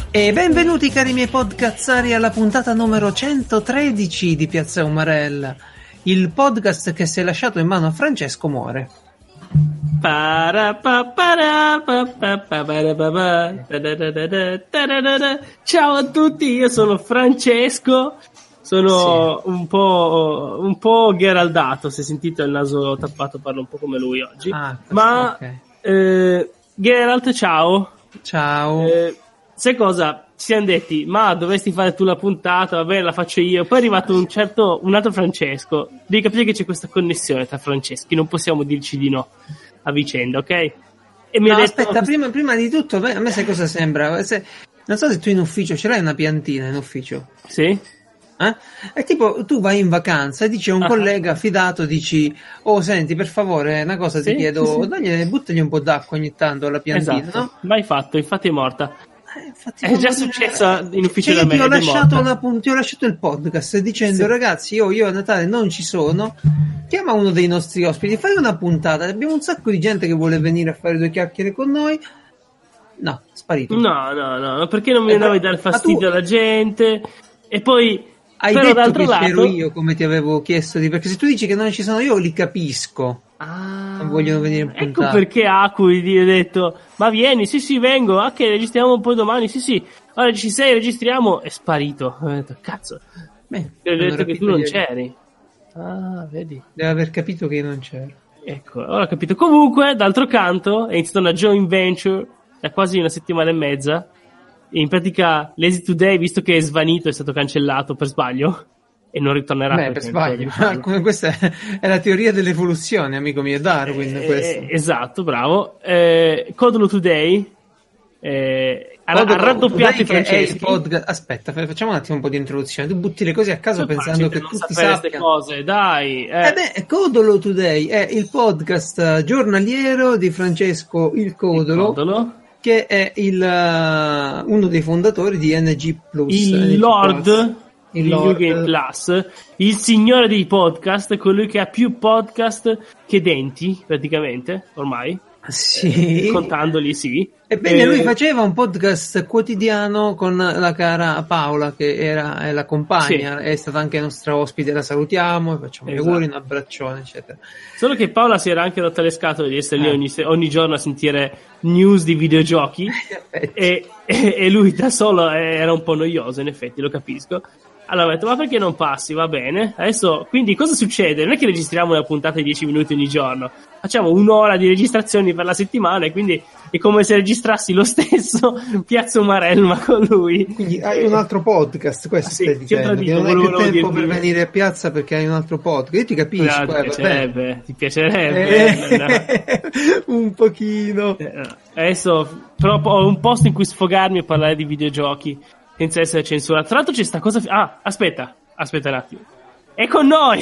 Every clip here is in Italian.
E benvenuti cari miei podcazzari alla puntata numero 113 di Piazza Umarella, il podcast che se lasciato in mano a Francesco muore. Ciao a tutti, io sono Francesco, sono un po' gheraldato, se sentite il naso tappato parlo un po' come lui oggi, ma okay. Geralt, ciao. Ciao. Sai cosa? Ci siamo detti, ma dovresti fare tu la puntata, va bene, la faccio io. Poi è arrivato un altro Francesco. Devi capire che c'è questa connessione tra Franceschi, non possiamo dirci di no a vicenda, ok? E mi ha detto, aspetta, prima di tutto, a me sai cosa sembra? Non so se tu in ufficio ce l'hai una piantina in ufficio. Sì. È tipo, tu vai in vacanza e dici a un collega fidato, dici, oh senti, per favore, una cosa ti chiedo, buttagli un po' d'acqua ogni tanto alla piantina, esatto. No? Mai fatto, infatti è morta. È già successo in ufficio da me. Ti ho lasciato il podcast dicendo, ragazzi, io a Natale non ci sono, chiama uno dei nostri ospiti, fai una puntata, abbiamo un sacco di gente che vuole venire a fare due chiacchiere con noi. No, sparito. No, perché non mi andavo a dare fastidio alla gente? E poi hai però detto d'altro che lato c'ero io, come ti avevo chiesto perché se tu dici che non ci sono io li capisco. Non vogliono venire in puntata. Ecco perché Acui gli ho detto, ma vieni, sì vengo, ok, registriamo un po' domani, sì, ora ci sei, registriamo, è sparito. Ho detto, cazzo, ti ho detto che tu non c'eri. Vedi, deve aver capito che io non c'ero. Ecco, ora ho capito. Comunque, d'altro canto, è iniziata una joint venture da quasi una settimana e mezza. In pratica, Lazy Today, visto che è svanito, è stato cancellato per sbaglio e non ritornerà per sbaglio. Come questa è la teoria dell'evoluzione, amico mio, Darwin. Esatto, bravo. Codolo Today ha raddoppiato i Franceschi. Aspetta, facciamo un attimo un po' di introduzione. Tu butti le cose a caso pensando che tutti sappiano queste cose, dai. Codolo Today è il podcast giornaliero di Francesco il Codolo. Che è uno dei fondatori di NG Plus, il Lord Game Plus, il signore dei podcast, colui che ha più podcast che denti praticamente ormai, sì, contandoli, sì. Ebbene, lui faceva un podcast quotidiano con la cara Paola, che è la compagna, è stata anche nostra ospite, la salutiamo, facciamo gli auguri, un abbraccione, eccetera. Solo che Paola si era anche rotta le scatole di essere lì ogni giorno a sentire news di videogiochi e lui da solo era un po' noioso, in effetti, lo capisco. Allora ho detto, ma perché non passi? Va bene. Adesso, quindi cosa succede? Non è che registriamo una puntata di 10 minuti ogni giorno, facciamo un'ora di registrazioni per la settimana e quindi è come se registrassi lo stesso Piazza Umarella con lui. Quindi hai un altro podcast, questo stai dicendo, che non hai più tempo per venire a piazza perché hai un altro podcast. Io ti capisco. Ti piacerebbe. Un pochino. Adesso però ho un posto in cui sfogarmi e parlare di videogiochi senza essere censurato. Tra l'altro c'è sta cosa... aspetta un attimo. È con noi!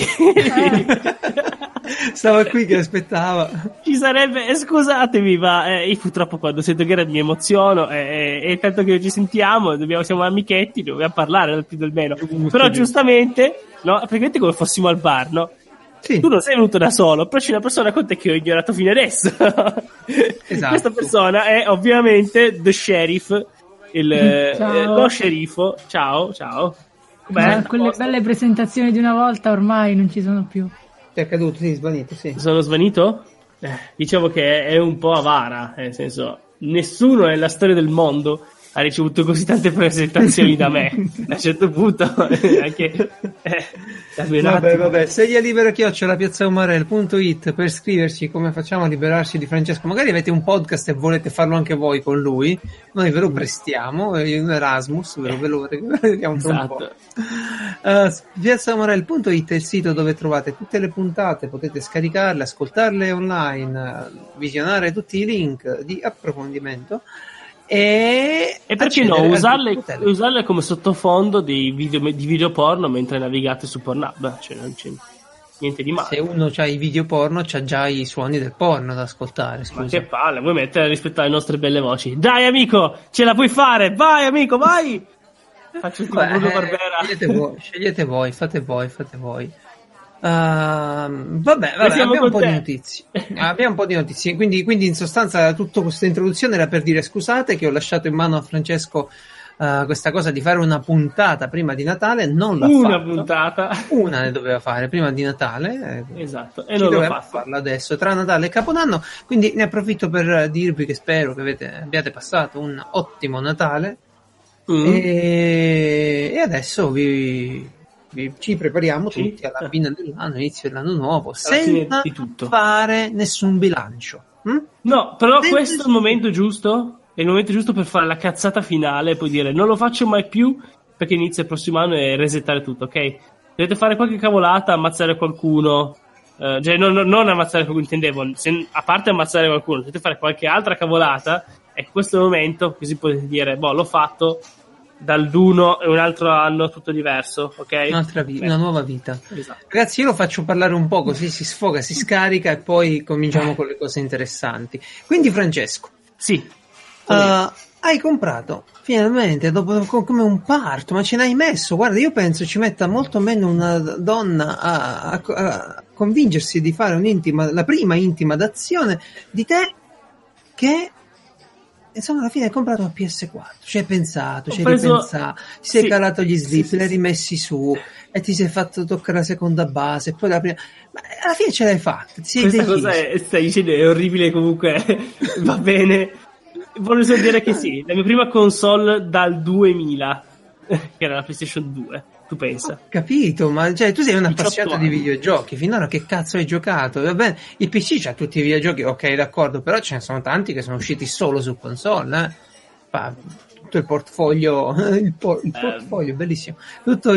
Stava qui che aspettava. Ci sarebbe... scusatemi, ma io purtroppo quando sento Geralt mi emoziono e tanto che ci sentiamo, siamo amichetti, dobbiamo parlare dal più del meno. Però giustamente, no? Praticamente come fossimo al bar, no? Sì. Tu non sei venuto da solo, però c'è una persona con te che ho ignorato fino adesso. Esatto. Questa persona è ovviamente The Sheriff, lo sceriffo. Ciao. Quelle belle presentazioni di una volta ormai non ci sono più. Ti è caduto, sì, svanito, sì. Sono svanito? Diciamo che è un po' avara, nel senso, nessuno nella storia del mondo ha ricevuto così tante presentazioni da me. A un certo punto anche vabbè, sedia libera @piazzaumarel.it per scriverci come facciamo a liberarci di Francesco. Magari avete un podcast e volete farlo anche voi con lui, noi ve lo prestiamo, un Erasmus, ve lo regaliamo tra un po'. Piazzaumarel.it è il sito dove trovate tutte le puntate, potete scaricarle, ascoltarle online, visionare tutti i link di approfondimento. E perché no, usarle come sottofondo di video porno mentre navigate su Pornhub, cioè non c'è niente di male. Se uno c'ha i video porno c'ha già i suoni del porno da ascoltare, scusa. Ma che palle, vuoi mettere a rispettare le nostre belle voci? Dai amico, ce la puoi fare, vai amico, vai! Faccio il Bruno Barbera. Scegliete voi, fate voi. Vabbè, abbiamo un po' di notizie. Quindi in sostanza tutta questa introduzione era per dire scusate che ho lasciato in mano a Francesco questa cosa di fare una puntata prima di Natale, non l'ha una fatto. Puntata, una ne doveva fare prima di Natale, esatto, e non l'ho fatto. Farla adesso tra Natale e Capodanno, quindi ne approfitto per dirvi che spero che abbiate passato un ottimo Natale e adesso ci prepariamo tutti alla fine dell'anno, inizio dell'anno nuovo, senza fare nessun bilancio. No, però questo è il momento giusto. È il momento giusto per fare la cazzata finale e poi dire non lo faccio mai più perché inizia il prossimo anno e resettare tutto, ok? Dovete fare qualche cavolata, ammazzare qualcuno, cioè non ammazzare qualcuno, intendevo, a parte ammazzare qualcuno, dovete fare qualche altra cavolata e questo è il momento, così potete dire, l'ho fatto, dall'uno e un altro anno tutto diverso, ok? Una nuova vita. Esatto. Ragazzi, io lo faccio parlare un po' così si sfoga, si scarica e poi cominciamo con le cose interessanti. Quindi Francesco. Sì. Hai comprato finalmente dopo come un parto, ma ce n'hai messo, guarda, io penso ci metta molto meno una donna a convincersi di fare la prima intima d'azione di te che insomma alla fine hai comprato una PS4, ci hai pensato, ti sei calato gli slip, li hai rimessi su e ti sei fatto toccare la seconda base, poi la prima, ma alla fine ce l'hai fatta, questa cosa stai dicendo è orribile, comunque va bene. Voglio solo dire che sì, la mia prima console dal 2000, che era la PlayStation 2, tu pensa? Ho capito, ma cioè, tu sei un appassionato di videogiochi, finora che cazzo hai giocato? Va bene, il PC c'ha tutti i videogiochi, ok, d'accordo, però ce ne sono tanti che sono usciti solo su console, tutto il portfolio, il portfolio bellissimo, tutto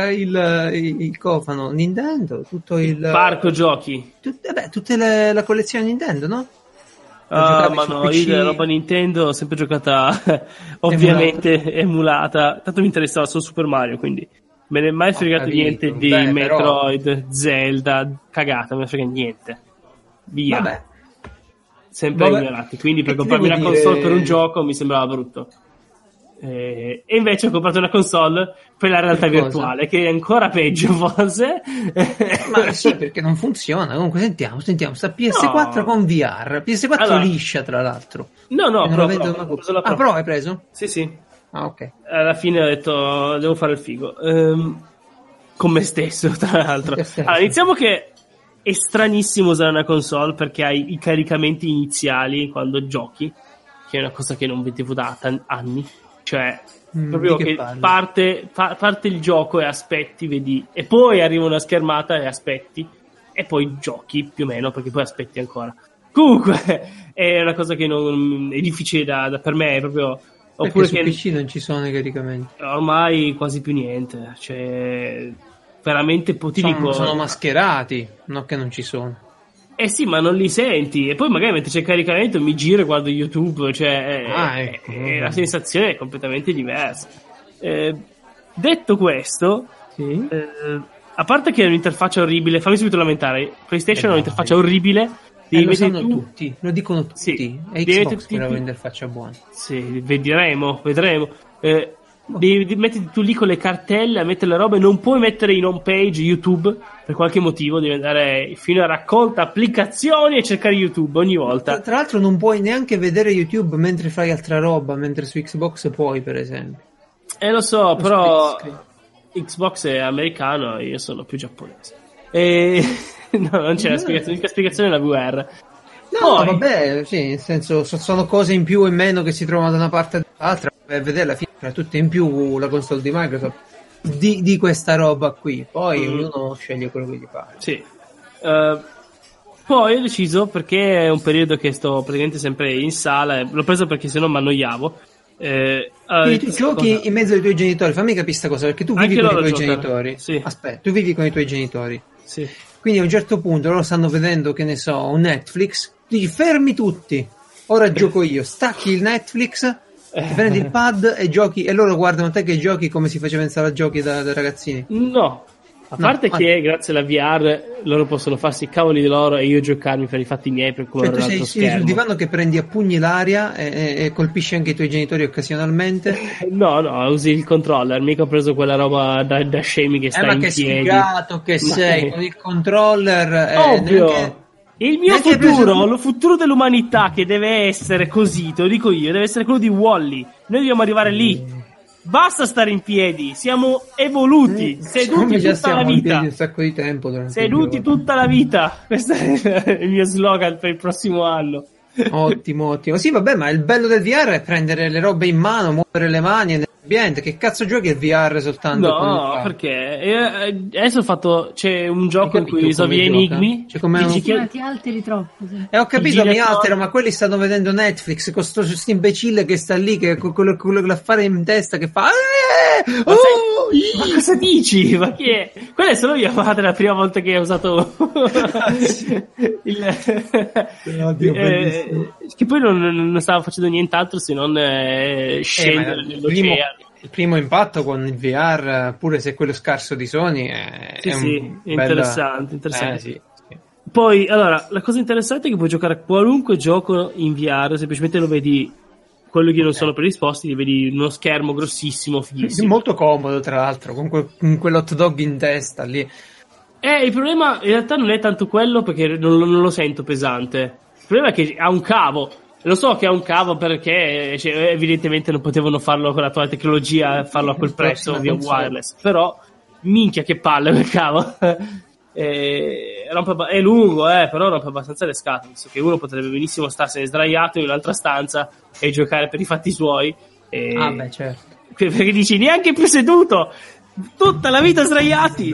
il cofano Nintendo, tutto il parco giochi, tutte la collezione Nintendo, no? Ma no, io la roba Nintendo ho sempre giocata ovviamente emulata. Tanto mi interessava solo Super Mario, quindi me ne è mai fregato niente di Metroid, però... Zelda, cagata, non me ne frega niente. Via. Vabbè. Sempre ignorati, quindi per comprarmi una console per un gioco mi sembrava brutto. E invece ho comprato una console per la realtà virtuale, che è ancora peggio forse. Ma sì, perché non funziona. Comunque sentiamo sta PS4 con VR, PS4 allora, liscia tra l'altro. No, Pro hai preso? Sì. Ah, ok. Alla fine ho detto devo fare il figo con me stesso, tra l'altro. Allora, iniziamo che è stranissimo usare una console perché hai i caricamenti iniziali quando giochi, che è una cosa che non vedevo da anni. Cioè, proprio che parte il gioco e aspetti, vedi, e poi arriva una schermata e aspetti, e poi giochi più o meno, perché poi aspetti ancora. Comunque, è una cosa che non è difficile per me, è proprio. Oppure che su PC non ci sono i caricamenti. Ormai quasi più niente, cioè, veramente sono mascherati, no che non ci sono. Eh sì, ma non li senti. E poi magari mentre c'è il caricamento mi giro e guardo YouTube. Cioè, la sensazione è completamente diversa. Detto questo, sì. A parte che è un'interfaccia orribile, fammi subito lamentare. PlayStation ha un'interfaccia orribile. Lo sanno tutti, lo dicono tutti. Sì, e Xbox però ha un'interfaccia buona. Sì, vedremo. Devi metterti tu lì con le cartelle a mettere le robe, non puoi mettere in home page YouTube per qualche motivo, devi andare fino a raccolta applicazioni e cercare YouTube ogni volta. Tra l'altro non puoi neanche vedere YouTube mentre fai altra roba, mentre su Xbox puoi, per esempio. Lo so, però Xbox è americano e io sono più giapponese. No, non c'è la spiegazione, l'unica spiegazione è la VR. No, vabbè, sì, nel senso sono cose in più e meno che si trovano da una parte e dall'altra, per vedere alla fine tra tutte in più la console di Microsoft di questa roba qui, poi ognuno sceglie quello che gli pare. Sì. Poi ho deciso, perché è un periodo che sto praticamente sempre in sala, l'ho preso perché sennò mi annoiavo. Quindi tu giochi in mezzo ai tuoi genitori, fammi capire questa cosa, perché tu vivi con i tuoi genitori. Sì. Aspetta, tu vivi con i tuoi genitori. Sì. Quindi a un certo punto loro stanno vedendo, che ne so, un Netflix, dici fermi tutti, ora gioco io, stacchi il Netflix, ti prendi il pad e giochi, e loro guardano te che giochi come si faceva in sala giochi da ragazzini. No, a parte che grazie alla VR loro possono farsi i cavoli di loro e io giocarmi per i fatti miei per colore l'altro schermo. Sei sul divano che prendi a pugni l'aria e colpisci anche i tuoi genitori occasionalmente. No, usi il controller, mica ho preso quella roba da scemi che sta in piedi. Ma che sfigato che sei con il controller. Ovvio. Il mio futuro, lo futuro dell'umanità che deve essere così, te lo dico io, deve essere quello di Wall-E. Noi dobbiamo arrivare lì. basta stare in piedi, siamo evoluti, seduti tutta la vita. Un sacco di tempo seduti tutta la vita. Questo è il mio slogan per il prossimo anno. Ottimo. Sì, vabbè, ma il bello del VR è prendere le robe in mano, muovere le mani nell'ambiente. Che cazzo giochi il VR soltanto? No, perché adesso c'è un gioco in cui risolvi enigmi. Ti alteri troppo. Sì. Ho capito, mi altero, ma quelli stanno vedendo Netflix con questo imbecille che sta lì, che con l'affare in testa che fa. Ma cosa dici? Ma chi è? Quella è solo mia madre la prima volta che ha usato che poi non stava facendo nient'altro se non scendere nell'oceano. Il primo impatto con il VR, pure se è quello scarso di Sony, è interessante. Sì. Poi, allora, la cosa interessante è che puoi giocare a qualunque gioco in VR, semplicemente lo vedi, quello che non sono predisposti, li vedi uno schermo grossissimo, fighissimo. Molto comodo, tra l'altro, con quell'hot dog in testa lì. Il problema in realtà non è tanto quello, perché non lo sento pesante. Il problema è che ha un cavo. Lo so che ha un cavo perché evidentemente non potevano farlo con la tua tecnologia, farlo a quel prezzo via wireless. Però, minchia che palle quel cavo. È lungo, però rompe abbastanza le scatole, visto che uno potrebbe benissimo starsene sdraiato in un'altra stanza e giocare per i fatti suoi. Beh, certo. Perché dici neanche più seduto, tutta la vita sdraiati.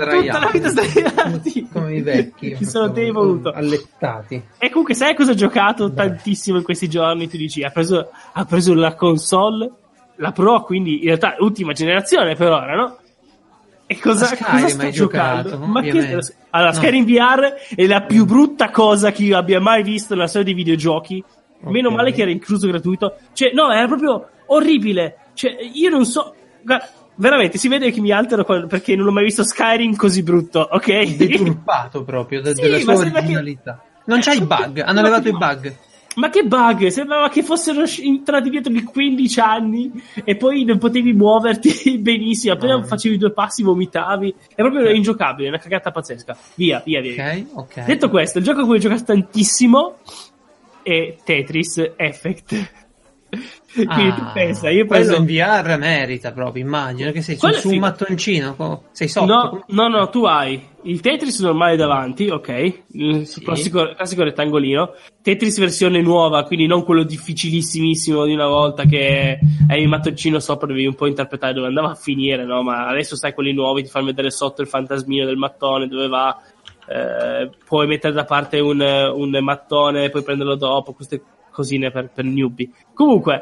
Come i vecchi Ci sono te voluto allettati. E comunque sai cosa ho giocato tantissimo in questi giorni? Tu dici ha preso la console, la Pro, quindi in realtà ultima generazione per ora, no? E cosa sto giocando? Ma allora, Skyrim VR è la più brutta cosa che io abbia mai visto nella storia dei videogiochi. Meno male che era incluso gratuito. Cioè, no, era proprio orribile. Cioè, io non so. Guarda, veramente, si vede che mi altero perché non ho mai visto Skyrim così brutto, ok? Deturpato proprio della sua originalità. Non c'hai i bug, hanno levato i bug. Ma che bug? Sembrava che fossero entrati dietro di 15 anni e poi non potevi muoverti benissimo. Appena facevi 2 passi vomitavi. È proprio ingiocabile, una cagata pazzesca. Via. Ok. Detto questo, il gioco a cui ho giocato tantissimo è Tetris Effect. Quindi tu pensa, io quello in VR merita proprio, immagino che sei su un mattoncino, sei sotto. No, tu hai il Tetris normale davanti, ok, il classico rettangolino, Tetris versione nuova, quindi non quello difficilissimissimo di una volta che hai il mattoncino sopra, dovevi un po' interpretare dove andava a finire, no? Ma adesso sai quelli nuovi, ti fanno vedere sotto il fantasmino del mattone, dove va, puoi mettere da parte un mattone, puoi prenderlo dopo, queste cosine per newbie. Comunque,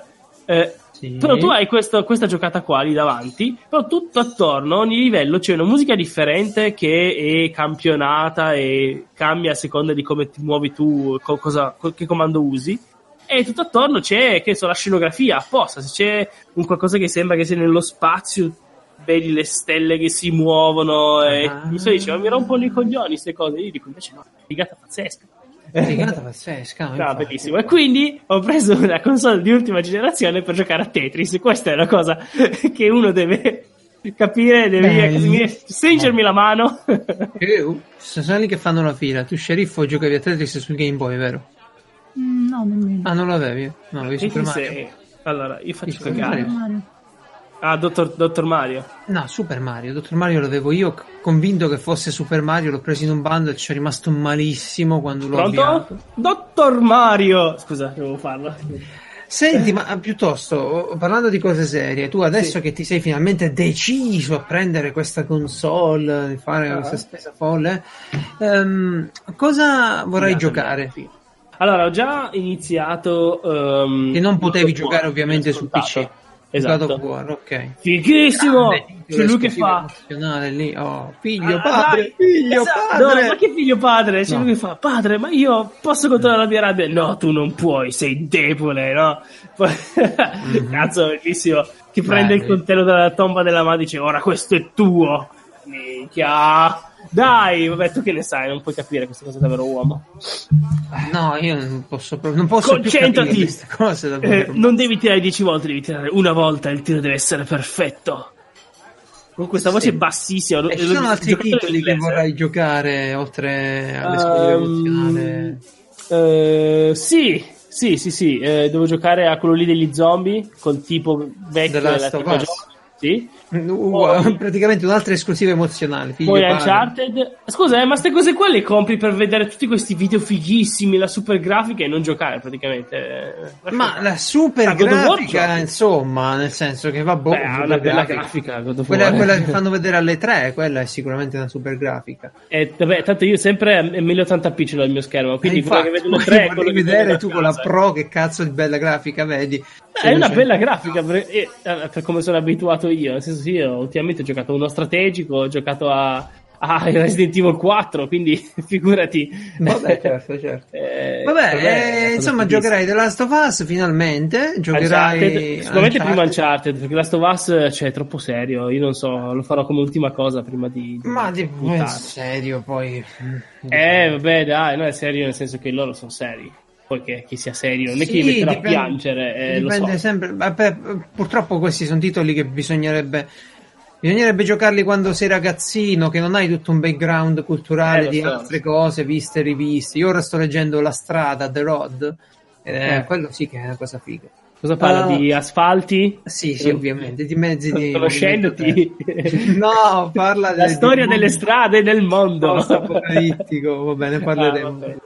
però tu hai questa giocata qua lì davanti, però tutto attorno, ogni livello c'è una musica differente che è campionata e cambia a seconda di come ti muovi tu, che comando usi, e tutto attorno c'è, la scenografia apposta. Se c'è un qualcosa che sembra che sia nello spazio, vedi le stelle che si muovono, e mi sto dicendo, ma mi rompono i coglioni queste cose. Io dico invece no, figata pazzesca. Figata pazzesca, no, bellissimo. E quindi ho preso una console di ultima generazione per giocare a Tetris. Questa è una cosa che uno deve capire, deve stringermi la mano. Sono lì che fanno la fila. Tu, sceriffo, giocavi a Tetris sul Game Boy, vero? No, nemmeno. Non l'avevi? No, avevi Super Mario. Allora, io faccio cagare. Dottor Mario. No, Super Mario. Dottor Mario lo avevo io, convinto che fosse Super Mario, l'ho preso in un bundle e ci è rimasto malissimo quando l'ho avviato. Dottor Mario! Scusa, devo farlo. Senti, ma piuttosto, parlando di cose serie, tu adesso che ti sei finalmente deciso a prendere questa console, di fare questa spesa folle, cosa vorrai giocare? Allora, ho già iniziato... che non potevi giocare ovviamente su PC. Esatto. Ok. Fighissimo! C'è lui che fa lì. Oh, figlio padre. No, ma che figlio padre? C'è lui che fa: padre, ma io posso controllare la mia rabbia? No, tu non puoi, sei debole, no? Cazzo, bellissimo. Che prende il coltello dalla tomba della madre e dice: ora questo è tuo. Minchia. Dai, vabbè, tu che ne sai, non puoi capire queste cose da vero uomo. No, io non posso concentrati. Più queste cose davvero. Non devi tirare 10 volte, devi tirare una volta, il tiro deve essere perfetto. Con questa voce bassissima. E ci sono altri titoli che vorrai giocare oltre alle scuole emozionale? Sì. Devo giocare a quello lì degli zombie col tipo vecchio The Last of Us. Sì. Praticamente un'altra esclusiva emozionale. Poi Uncharted. Scusa, ma ste cose qua le compri per vedere tutti questi video fighissimi, la super grafica e non giocare praticamente. Ma la super grafica, insomma, nel senso che va ha una bella grafica. Quella che fanno vedere alle 3, quella è sicuramente una super grafica. Vabbè, tanto io sempre a 1080p ce l'ho il mio schermo, quindi infatti, quello che vedo le 3 vorrei vedere tu con la Pro che cazzo di bella grafica vedi. È una bella grafica per come sono abituato io, nel senso io ultimamente ho giocato uno strategico, ho giocato a Resident Evil 4, quindi figurati. Vabbè, certo. Insomma, giocherai The Last of Us finalmente. Giocherai sicuramente prima Uncharted, perché Last of Us è troppo serio. Io non so, lo farò come ultima cosa prima di serio poi. Vabbè, dai, no, è serio nel senso che loro sono seri. Poi che sia serio, non è che li metterà a piangere. Dipende lo so. sempre. Purtroppo questi sono titoli che bisognerebbe giocarli quando sei ragazzino, che non hai tutto un background culturale di altre cose viste e riviste. Io ora sto leggendo La strada, The Road, quello sì che è una cosa figa. Cosa parla di asfalti? Sì, ovviamente, di mezzi di... Conoscendoti? No, parla della storia delle strade del mondo. Post-apocalittico, va bene, parleremo.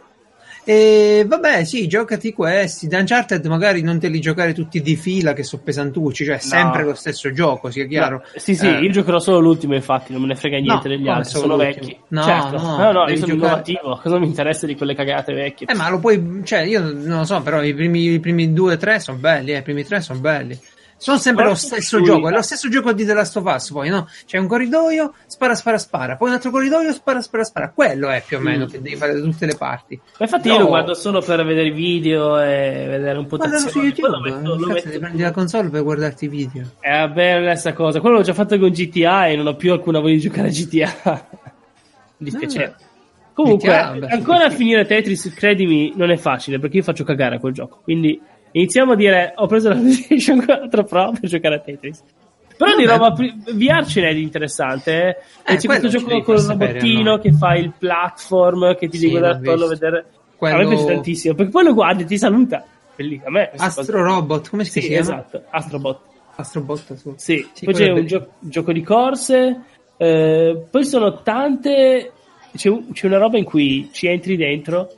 E vabbè, sì, giocati questi. Da Uncharted magari non te li giocare tutti di fila che sono pesantucci, cioè sempre lo stesso gioco, sia chiaro. Sì, io giocherò solo l'ultimo, infatti, non me ne frega niente degli altri, sono vecchi. No, io sono innovativo, cosa mi interessa di quelle cagate vecchie? Ma lo puoi, cioè io non lo so, però i primi 2 o 3 sono belli, i primi 3 sono belli. Sono sempre lo stesso gioco, è lo stesso gioco di The Last of Us, poi no? C'è un corridoio, spara, poi un altro corridoio, spara. Quello è più o meno che devi fare da tutte le parti. Ma infatti io lo guardo solo per vedere i video e vedere un po' di guardalo su YouTube, lo metto. Ti prendi la console per guardarti i video. È vabbè, la stessa cosa. Quello l'ho già fatto con GTA e non ho più alcuna voglia di giocare a GTA. Mi dispiace. Comunque, ancora a finire Tetris, credimi, non è facile, perché io faccio cagare a quel gioco, quindi... Iniziamo a dire, ho preso la PlayStation 4 Pro per giocare a Tetris. Però di roba VR ce n'è di interessante. C'è questo gioco con il robottino che fa il platform, che ti devi guardare attorno a vedere. A me piace tantissimo, perché poi lo guardi e ti saluta. Bellissimo. A me Astro Robot, come si chiama? Esatto, Astrobot. Sì, poi c'è un gioco di corse, poi sono tante... C'è una roba in cui ci entri dentro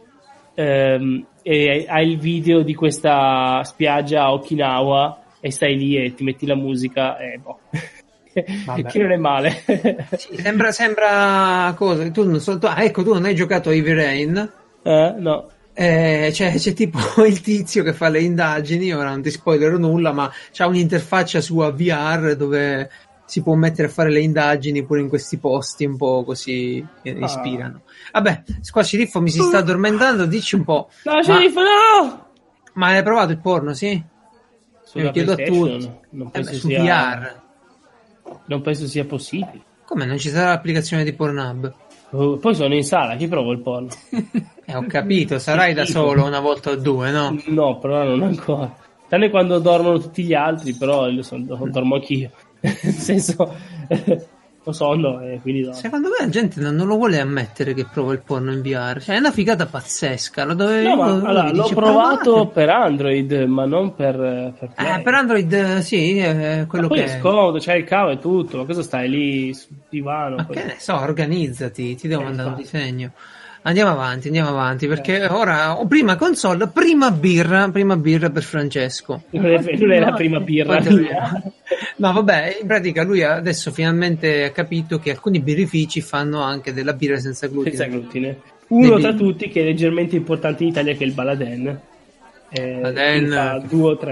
e hai il video di questa spiaggia a Okinawa e stai lì e ti metti la musica e che non è male. Sì, sembra cosa tu non hai giocato a Heavy Rain? No. C'è tipo il tizio che fa le indagini, ora non ti spoilerò nulla, ma c'ha un'interfaccia sua VR dove si può mettere a fare le indagini pure in questi posti un po' così che ispirano. Vabbè, qua Sceriffo mi si sta addormentando, dici un po'. No, Sceriffo, no! Ma hai provato il porno, sì? Io chiedo a tutti. Non penso su VR. Non penso sia possibile. Come, non ci sarà l'applicazione di Pornhub? Poi sono in sala, chi prova il porno? Ho capito, sarai da solo una volta o due, no? No, però non ancora. Tranne quando dormono tutti gli altri, però dormo anch'io. Nel senso, ho sonno e quindi no. Secondo me la gente non lo vuole ammettere che prova il porno in VR, cioè è una figata pazzesca. L'ho provato per Android, ma non per Play. Per Android sì, è quello poi che è scomodo, c'hai il cavo e tutto, ma cosa stai lì sul divano? Ma che ne so, organizzati, ti devo mandare un disegno. Andiamo avanti, perché ora prima console, prima birra per Francesco. Non è la prima birra. No, vabbè, in pratica lui adesso finalmente ha capito che alcuni birrifici fanno anche della birra senza glutine. Uno tra tutti che è leggermente importante in Italia, che è il Baladen. Baladen 2 o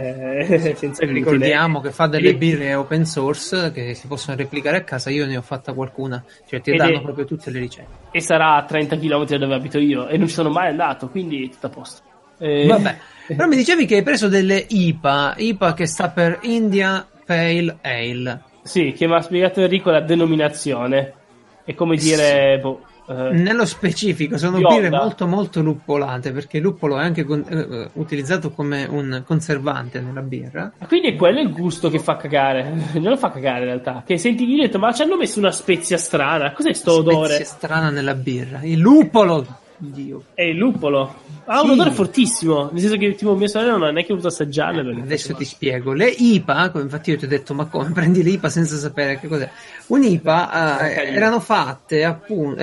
3 senza glutine. Ricordiamo che fa delle birre open source che si possono replicare a casa. Io ne ho fatta qualcuna, cioè ti danno proprio tutte le ricette. E sarà a 30 km da dove abito io e non ci sono mai andato, quindi tutto a posto. Vabbè, però mi dicevi che hai preso delle IPA che sta per India Pale Ale. Sì, che mi ha spiegato Enrico la denominazione. È come dire nello specifico sono birre molto molto luppolate, perché il luppolo è anche utilizzato come un conservante nella birra. Quindi è quello il gusto che fa cagare. Non lo fa cagare in realtà, che senti detto, ma ci hanno messo una spezia strana, cos'è sto odore? Spezia strana nella birra, il luppolo. Dio. È il luppolo. Ha un odore fortissimo, nel senso che tipo mia sorella non ha neanche voluto assaggiarle. Adesso ti spiego. Le IPA, infatti io ti ho detto, ma come prendi le IPA senza sapere che cos'è? Un'IPA erano fatte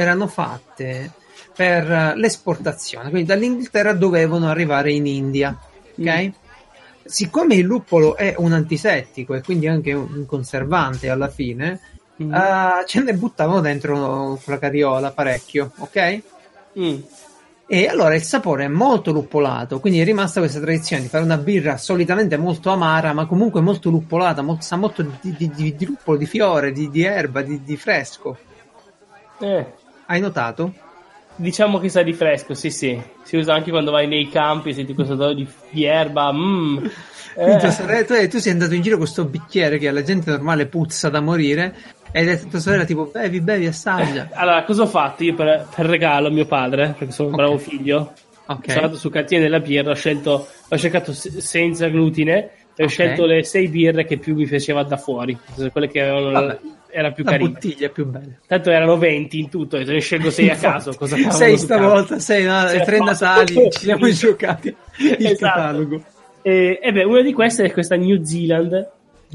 per l'esportazione, quindi dall'Inghilterra dovevano arrivare in India, ok? Siccome il luppolo è un antisettico e quindi anche un conservante alla fine, ce ne buttavano dentro la carriola parecchio, ok? E allora il sapore è molto luppolato, quindi è rimasta questa tradizione di fare una birra solitamente molto amara, ma comunque molto luppolata, sa molto di luppolo, di fiore, di erba, di fresco. Hai notato? Diciamo che sa di fresco, sì. Si usa anche quando vai nei campi, senti questo odore di erba. Tu sei andato in giro con questo bicchiere che alla gente normale puzza da morire e hai detto a tua sorella tipo bevi, assaggia. Allora, cosa ho fatto? Io per regalo a mio padre, perché sono un bravo figlio, sono andato su Catena della birra, ho cercato senza glutine e ho scelto le 6 birre che più mi piaceva da fuori, quelle che avevano... era più carina. La bottiglia è più bella. Tanto erano 20 in tutto, ne scelgo 6 a caso. 6 stavolta, 6, no, 3 Natali, ci siamo giocati il catalogo. Una di queste è questa New Zealand,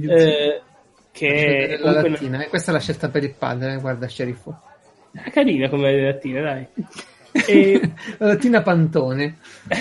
che è la lattina. Questa è la scelta per il padre, guarda, sceriffo. È carina come lattina, dai. La lattina Pantone.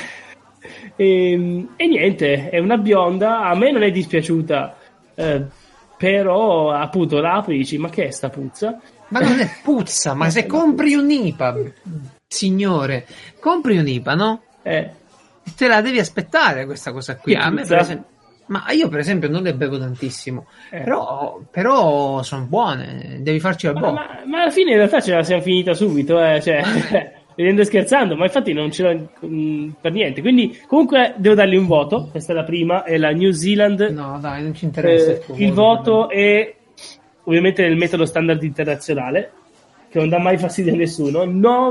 E niente, è una bionda, a me non è dispiaciuta, però appunto la apri e dici ma che è sta puzza? Ma non è puzza, ma se compri un'IPA, signore, compri un'IPA, no? Te la devi aspettare questa cosa qui. A me per esempio, ma io per esempio non le bevo tantissimo, però sono buone, devi farci la bocca. Ma alla fine in realtà ce la siamo finita subito, ridendo e scherzando, ma infatti non ce l'ho per niente, quindi comunque devo dargli un voto. Questa è la prima, è la New Zealand. No dai, non ci interessa il voto è ovviamente nel metodo standard internazionale, che non dà mai fastidio a nessuno.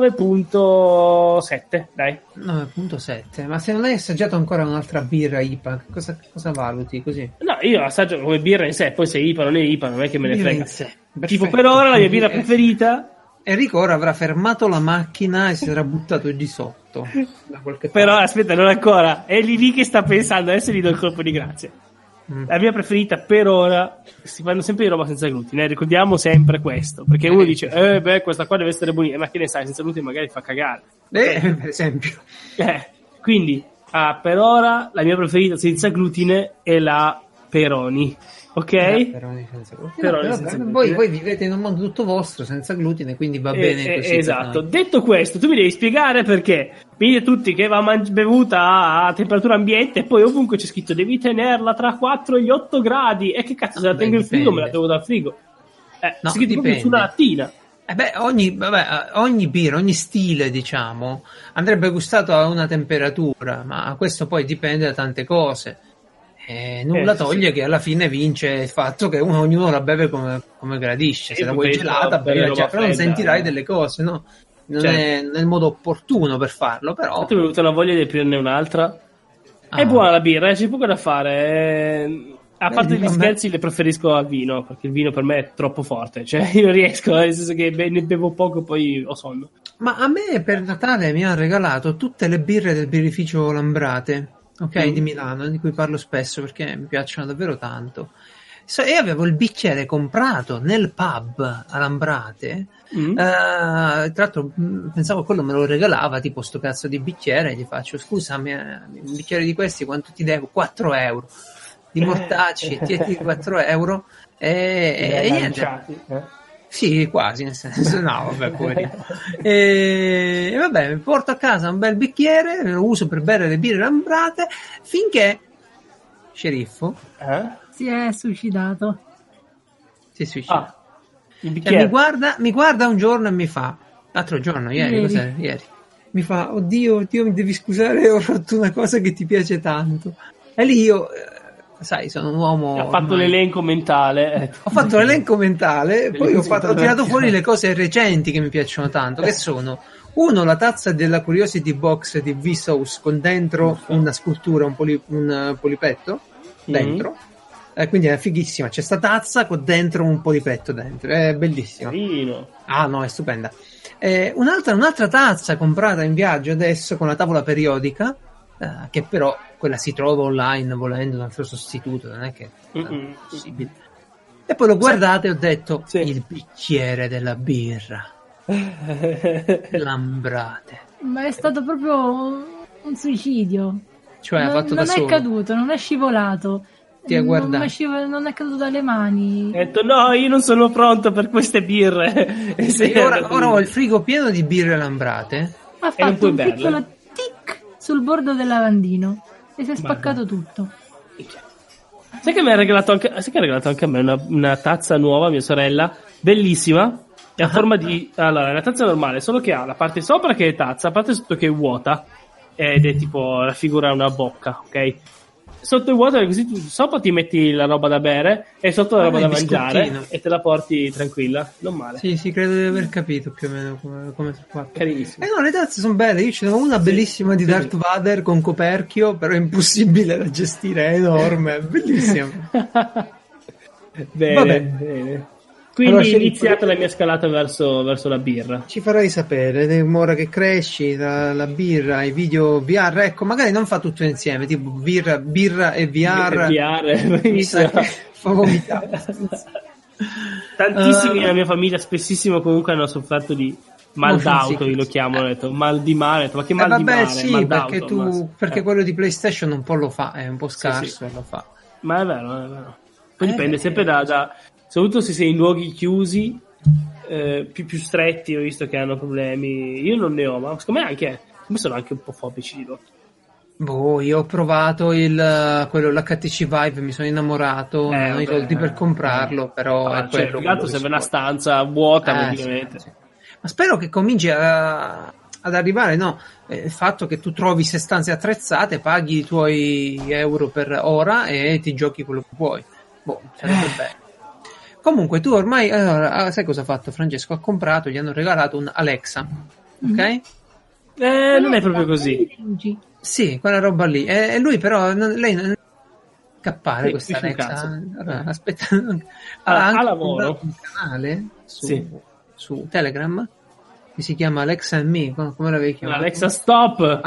9.7, dai. 9.7, ma se non hai assaggiato ancora un'altra birra IPA, cosa valuti così? No, io assaggio come birra in sé, poi se IPA non è IPA non è che me ne frega. Tipo Perfetto. per ora la mia birra preferita. Enrico ora avrà fermato la macchina e si sarà buttato di sotto da qualche parte. Però aspetta, non ancora, è lì che sta pensando, adesso gli do il colpo di grazia. La mia preferita per ora, si fanno sempre di roba senza glutine, ricordiamo sempre questo, perché uno dice questa qua deve essere buona, ma che ne sai, senza glutine magari fa cagare, per esempio. Quindi per ora la mia preferita senza glutine è la Peroni, ok? Peroni senza glutine. Voi vivete in un mondo tutto vostro senza glutine, quindi va bene così. Esatto. Detto questo, tu mi devi spiegare perché mi dite tutti che va bevuta a temperatura ambiente e poi ovunque c'è scritto devi tenerla tra 4 e gli 8 gradi, e che cazzo, se la tengo in frigo me la devo dal frigo. No, si chiede proprio su una lattina. Ogni birra, ogni stile, diciamo, andrebbe gustato a una temperatura, ma questo poi dipende da tante cose. Nulla toglie che alla fine vince il fatto che ognuno la beve come gradisce. Se la vuoi gelata, però non sentirai delle cose, no? Non è nel modo opportuno per farlo, però. Tu mi è venuta una voglia di aprirne un'altra. È buona la birra, c'è poco da fare. A parte gli scherzi, le preferisco al vino, perché il vino per me è troppo forte. Cioè, io non riesco, nel senso che ne bevo poco, poi ho sonno. Ma a me per Natale mi hanno regalato tutte le birre del birrificio Lambrate. Di Milano, di cui parlo spesso perché mi piacciono davvero tanto. E avevo il bicchiere comprato nel pub a Lambrate. Tra l'altro pensavo quello me lo regalava, tipo sto cazzo di bicchiere, gli faccio scusami, un bicchiere di questi quanto ti devo? 4 euro di mortacci, tieni 4 euro e niente. Sì, quasi, nel senso, no, vabbè, poverino. E vabbè, mi porto a casa un bel bicchiere, lo uso per bere le birre Lambrate, finché Sceriffo si è suicidato. Si è suicidato. Mi guarda un giorno e mi fa, l'altro giorno, ieri, mi fa, oddio, mi devi scusare, ho fatto una cosa che ti piace tanto. E lì io... sai, sono un uomo. Ha fatto l'elenco mentale. Ho fatto l'elenco mentale, poi ho tirato fuori le cose recenti che mi piacciono tanto, che sono la tazza della Curiosity Box di Vsauce con dentro una scultura, un polipetto dentro, quindi è fighissima. C'è sta tazza con dentro un po' di petto dentro, è bellissima. Carino. Ah no, è stupenda. Un'altra tazza comprata in viaggio adesso con la tavola periodica, che però quella si trova online volendo un altro sostituto, non è che è possibile. E poi l'ho guardata e ho detto il bicchiere della birra. Lambrate. Ma è stato proprio un suicidio. Cioè, ha fatto non da è solo. Caduto, non è scivolato. Ti ha guardato. Non è caduto dalle mani. Ha detto no, io non sono pronto per queste birre. Ora ho il frigo pieno di birre lambrate. Ha fatto un piccolo tic sul bordo del lavandino e si è spaccato tutto. Sai che mi ha regalato anche a me una tazza nuova, mia sorella, bellissima. È a forma di... Allora, è una tazza normale, solo che ha la parte sopra che è tazza, la parte sotto che è vuota, ed è tipo, raffigura una bocca, ok? Sotto è vuota, così tu sopra ti metti la roba da bere e sotto la roba da mangiare e te la porti tranquilla, non male. Sì, credo di aver capito più o meno come si fa. Carinissimo. No, le tazze sono belle, io ce ne ho una bellissima di Darth Vader con coperchio, però è impossibile da gestire, è enorme, è bellissima. Bene. Quindi allora, è iniziata la mia scalata verso la birra. Ci farai sapere, ora che cresci, la birra, i video VR, ecco, magari non fa tutto insieme, tipo birra e VR. Mi sa che fa vomitare. Tantissimi nella mia famiglia, spessissimo comunque hanno sofferto di mal d'auto, io lo chiamo, ho detto, mal di mare, ma che mal di mare? Sì, mal perché d'auto, perché quello di PlayStation un po' lo fa, è un po' scarso, sì. Lo fa. Ma è vero. Poi dipende sempre da soprattutto se sei in luoghi chiusi, più stretti, ho visto che hanno problemi. Io non ne ho, ma secondo me sono anche un po' fobici di loro. Io ho provato l'HTC Vive, mi sono innamorato, non ho i soldi per comprarlo, però è quello. Più che altro serve una stanza vuota praticamente. Sì. Ma spero che cominci ad arrivare, il fatto che tu trovi 6 stanze attrezzate, paghi i tuoi euro per ora e ti giochi quello che vuoi. Sarebbe bello. Comunque tu ormai, sai cosa ha fatto Francesco? Ha comprato, gli hanno regalato un Alexa, ok? Non è proprio così. Sì, quella roba lì. E lui però, lei non scappare questa Alexa. Allora, aspetta. Ha anche lavoro un canale su Telegram che si chiama Alexa and Me, come l'avevi chiamato? Alexa Stop,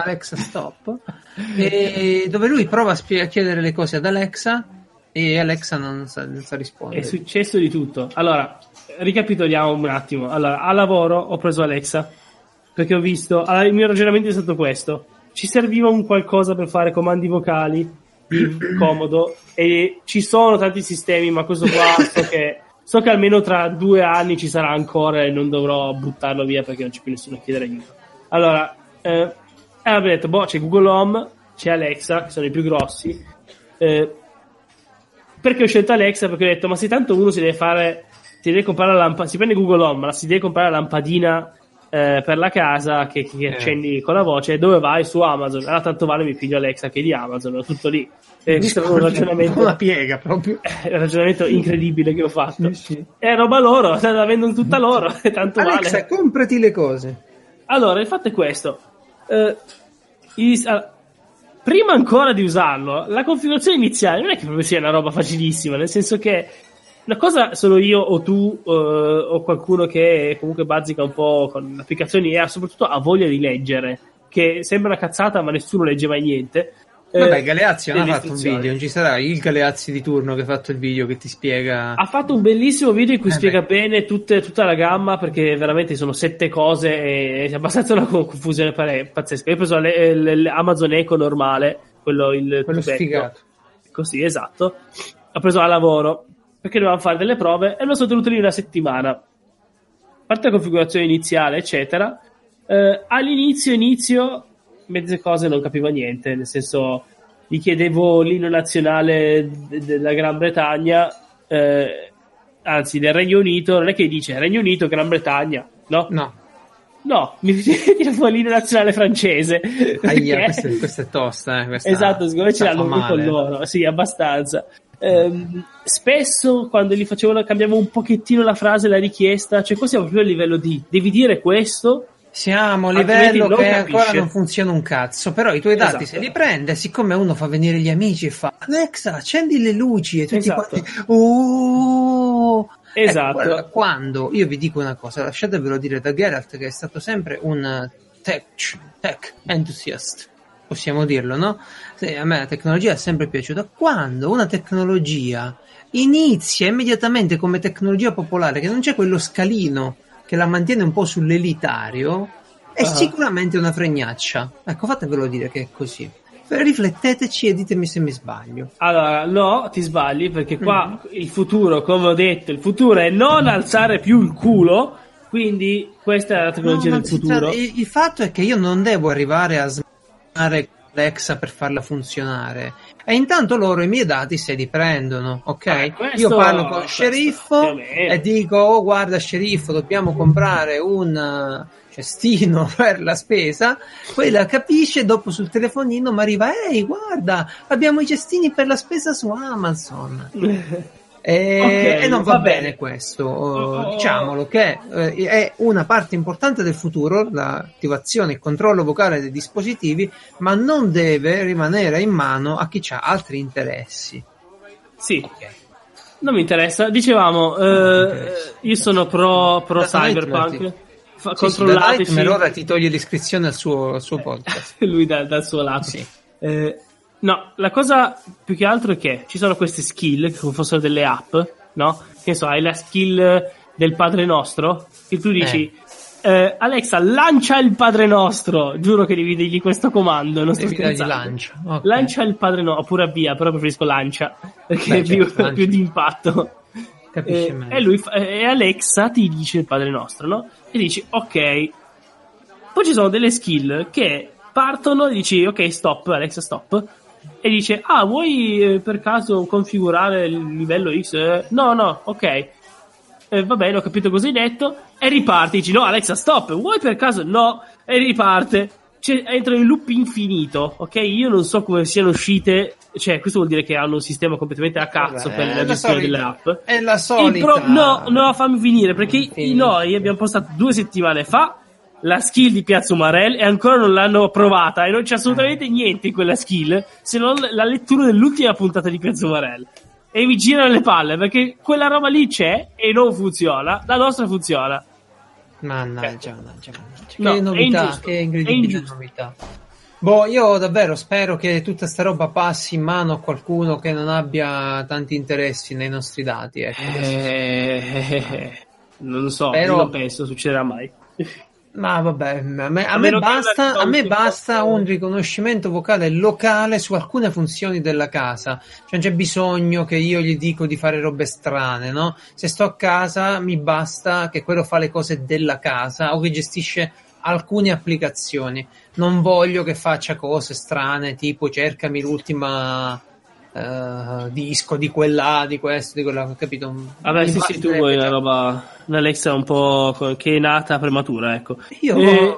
e dove lui prova a chiedere le cose ad Alexa e Alexa non sa rispondere. È successo di tutto. Allora, ricapitoliamo un attimo. Allora, a lavoro ho preso Alexa perché ho visto, il mio ragionamento è stato questo: ci serviva un qualcosa per fare comandi vocali di comodo, e ci sono tanti sistemi, ma questo qua so che almeno tra 2 anni ci sarà ancora e non dovrò buttarlo via perché non c'è più nessuno a chiedere aiuto. Allora, abbiamo detto, c'è Google Home, c'è Alexa, che sono i più grossi. Perché ho scelto Alexa? Perché ho detto, ma se tanto uno si deve comprare la lampadina, si prende Google Home, ma si deve comprare la lampadina per la casa che accendi con la voce, dove vai? Su Amazon. Allora tanto vale mi piglio Alexa che è di Amazon, è tutto lì. Questo è un ragionamento, una piega proprio, un ragionamento incredibile che ho fatto. Sì. È roba loro, la vendono tutta loro, tanto Alexa, vale. comprati le cose. Allora, il fatto è questo: prima ancora di usarlo, la configurazione iniziale non è che proprio sia una roba facilissima, nel senso che una cosa solo io o tu o qualcuno che comunque bazzica un po' con applicazioni e soprattutto ha voglia di leggere, che sembra una cazzata ma nessuno legge mai niente. Vabbè, Galeazzi non ha fatto un video, non ci sarà il Galeazzi di turno che ha fatto il video che ti spiega. Ha fatto un bellissimo video in cui spiega bene tutta la gamma, perché veramente sono 7 cose e è abbastanza una confusione pazzesca. Io ho preso l'Amazon Echo normale, quello sfigato. Così, esatto. Ho preso a lavoro perché dovevamo fare delle prove e lo sono tenuto lì una settimana. A parte la configurazione iniziale, eccetera, all'inizio mezze cose non capivo niente, nel senso gli chiedevo l'inno nazionale della Gran Bretagna, anzi del Regno Unito, non è che dice Regno Unito, Gran Bretagna, no, mi tira fuori l'inno nazionale francese. Questa è tosta, esatto, secondo me ce l'hanno qui con loro, sì, abbastanza. Spesso quando cambiavo un pochettino la frase, la richiesta, cioè qua siamo proprio a livello di devi dire questo Siamo a livello che ancora non funziona un cazzo, però i tuoi dati se li prende, siccome uno fa venire gli amici e fa Alexa, accendi le luci e tutti quanti esatto. Ecco, quando io vi dico una cosa, lasciatevelo dire da Geralt, che è stato sempre un tech enthusiast, possiamo dirlo, no? A me la tecnologia è sempre piaciuta. Quando una tecnologia inizia immediatamente come tecnologia popolare, che non c'è quello scalino che la mantiene un po' sull'elitario, è sicuramente una fregnaccia. Ecco, fatevelo dire che è così. Rifletteteci e ditemi se mi sbaglio. Allora, no, ti sbagli, perché qua il futuro, come ho detto, il futuro è non alzare più il culo, quindi questa è la tecnologia del futuro. Il fatto è che io non devo arrivare a smagliare Alexa per farla funzionare, e intanto loro i miei dati se li prendono, ok? Io parlo con sceriffo e dico: oh, guarda sceriffo, dobbiamo comprare un cestino per la spesa. Quella capisce, dopo sul telefonino mi arriva: ehi, guarda, abbiamo i cestini per la spesa su Amazon. E non va bene questo. Diciamolo che è una parte importante del futuro, l'attivazione e il controllo vocale dei dispositivi, ma non deve rimanere in mano a chi ha altri interessi. Sì, non mi interessa. Dicevamo, io sono pro Cyberpunk. Controllateci. Per ora ti toglie l'iscrizione al suo podcast. Lui dal suo lato. Sì. No, la cosa più che altro è che ci sono queste skill che fossero delle app, no? Che ne so, hai la skill del Padre Nostro, che tu dici Alexa, lancia il Padre Nostro. Giuro che devi dirgli questo comando, non sto scherzando. Lancia il Padre Nostro, oppure avvia, però preferisco lancia, perché è più di impatto. E Alexa ti dice il Padre Nostro, no? E dici ok. Poi ci sono delle skill che partono e dici ok, stop, Alexa, stop. E dice: ah, vuoi per caso configurare il livello X? No, ok. Va bene, ho capito cosa hai detto. E riparte, dici: no, Alexa, stop, vuoi per caso? No, e riparte. Entra in loop infinito, ok? Io non so come siano uscite, cioè questo vuol dire che hanno un sistema completamente a cazzo per la gestione delle app. È la solita. No, fammi finire, perché noi abbiamo postato 2 settimane fa la skill di Piazza Umarell e ancora non l'hanno provata, e non c'è assolutamente niente in quella skill se non la lettura dell'ultima puntata di Piazza Umarell, e mi girano le palle perché quella roba lì c'è e non funziona, la nostra funziona. Mannaggia. No, che novità, che incredibile novità. Boh, io davvero spero che tutta sta roba passi in mano a qualcuno che non abbia tanti interessi nei nostri dati, ecco. Non lo so, io non penso succederà mai. Ma vabbè, a me basta un riconoscimento vocale locale su alcune funzioni della casa. Cioè non c'è bisogno che io gli dico di fare robe strane, no? Se sto a casa mi basta che quello fa le cose della casa o che gestisce alcune applicazioni. Non voglio che faccia cose strane tipo cercami l'ultima disco di quella, di questo, di quella, capito? Vabbè, sì, tu vuoi una roba, un'Alexa un po' che è nata prematura, ecco. Io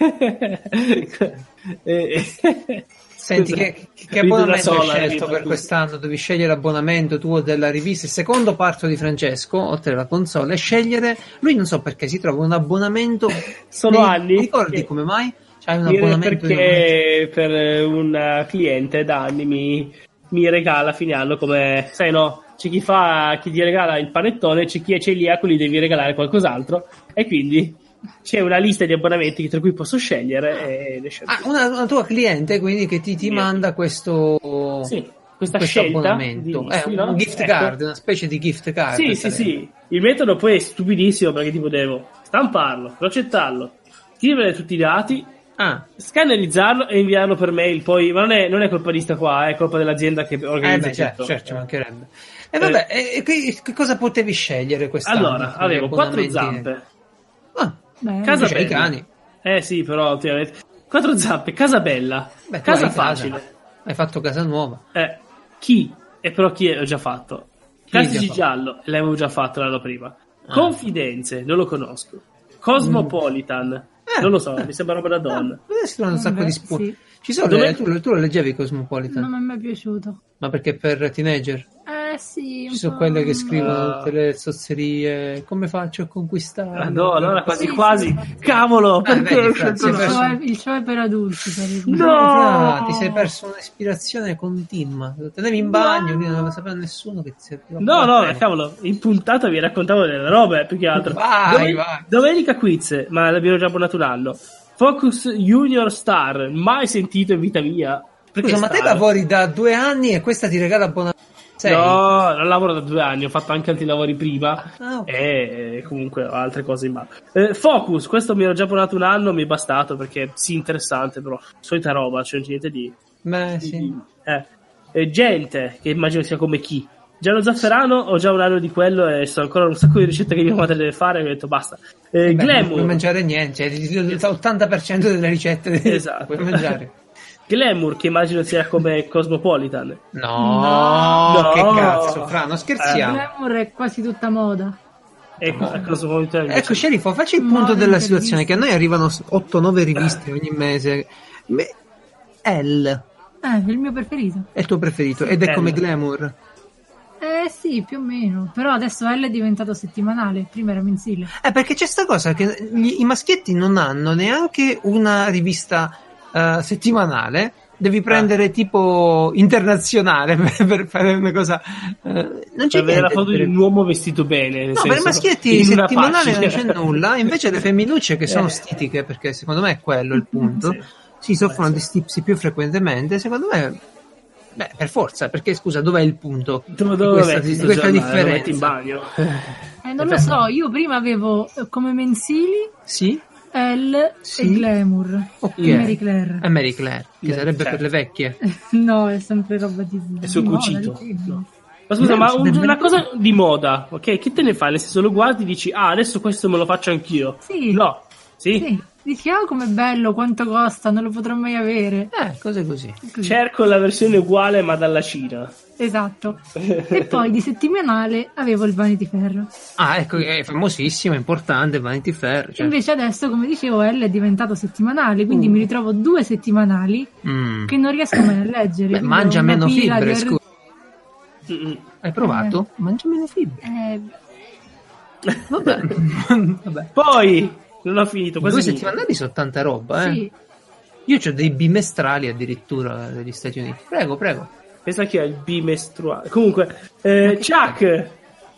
senti, che abbonamento hai scelto per quest'anno? Devi scegliere l'abbonamento tuo della rivista. Il secondo parto di Francesco, oltre alla console, e scegliere. Lui non so perché si trova un abbonamento. Sono anni. Ti ricordi come mai? C'hai un abbonamento? Perché per un cliente da anni mi regala a fine anno, come sai, no? C'è chi ti regala il panettone, c'è chi è celiaco, gli devi regalare qualcos'altro, e quindi c'è una lista di abbonamenti tra cui posso scegliere e ne scelgo. Una tua cliente quindi che ti manda questo questa scelta abbonamento, un gift card, una specie di gift card. Sì. Il metodo poi è stupidissimo, perché tipo devo stamparlo, procettarlo, scrivere tutti i dati, scannerizzarlo e inviarlo per mail. Poi ma non è colpa di sta qua, è colpa dell'azienda che organizza tutto. Certo, mancherebbe. E vabbè, che cosa potevi scegliere quest'anno? Allora, avevo 4 zampe. Casa bella. I cani. Sì, però ultimamente 4 zampe, casa bella. Casa facile. Hai fatto casa nuova. Chi ho già fatto. Casici giallo, l'avevo già fatto l'anno prima. Confidenze, non lo conosco. Cosmopolitan, non lo so, mi sembra roba da donna. Adesso hanno un sacco di spunti. Ci sono tu lo leggevi Cosmopolitan? Non mi è mai piaciuto. Ma perché per teenager? sì. Ci sono quelle che scrivono tutte le zozzerie. Come faccio a conquistare? No, allora quasi Sì, quasi. sì. Cavolo, perché vedi, ho Fra, scelto Il show è per adulti. No! Ti sei perso un'ispirazione continua. Lo tenevi in bagno, lì non aveva saputo nessuno che ti serviva. No, cavolo, in puntata vi raccontavo delle robe, più che altro. Vai. Domenica Quiz, ma l'abbiamo già abbonato un anno. Focus Junior Star, mai sentito in vita mia. Perché Scusa, ma te lavori da 2 anni e questa ti regala abbonamento? No, non lavoro da 2 anni, ho fatto anche altri lavori prima Okay. e comunque ho altre cose in mano. Focus, questo mi ero già abbonato un anno, mi è bastato perché sì, interessante, però solita roba, c'è niente di... Beh, sì. Gente, che immagino sia come chi. Gianlo Zafferano, ho già un anno di quello e sono ancora un sacco di ricette che mia madre deve fare e ho detto basta. Glamour. Non puoi mangiare niente, l'80% delle ricette Esatto. puoi mangiare. Glamour, che immagino sia come Cosmopolitan. No, che cazzo, Fra, non scherziamo. Glamour è quasi tutta moda. Cosmopolitan Ecco, Sceriffo, facci il punto della situazione, che a noi arrivano 8-9 riviste ogni mese. L È il mio preferito. è il tuo preferito, ed è come Glamour. Sì, più o meno. Però adesso L è diventato settimanale, prima era mensile. Perché c'è sta cosa che i maschietti non hanno neanche una rivista settimanale, devi prendere tipo internazionale per fare una cosa. Non c'è avere la foto di un uomo vestito bene. No, per i maschietti settimanale non c'è nulla, invece le femminucce che sono Sì. stitiche, perché secondo me è quello il punto, si soffrono di stipsi più frequentemente, secondo me. Beh, per forza, perché scusa, dov'è il punto di questa differenza? In bagno. Non lo so, io prima avevo come mensili Sì? L Sì. e Glamour. Ok. E Marie Claire. È Marie Claire, che sarebbe per le vecchie. No, è sempre roba di... È sul moda, cucito. di film. Ma scusa, ma una cosa di moda, ok? Che te ne fai? Nel senso, lo guardi e dici, adesso questo me lo faccio anch'io. Sì. No. Sì? Sì. Dici, com'è bello, quanto costa, non lo potrò mai avere. Cose così. Cerco la versione uguale ma dalla Cina. Esatto. E poi di settimanale avevo il Vanity Fair. Ecco, è famosissimo, importante, Vanity Fair. Cioè. Invece adesso, come dicevo, L è diventato settimanale, quindi mi ritrovo 2 settimanali che non riesco mai a leggere. Beh, Quindi mangia ho una meno pila fibre, di scusa. Hai provato? Mangia meno fibre. Vabbè. Poi, non ho finito. 2 settimanali sono tanta roba, Sì. Io ho dei bimestrali addirittura degli Stati Uniti. Prego. Pensa che è il bimestruale. Comunque, Chuck.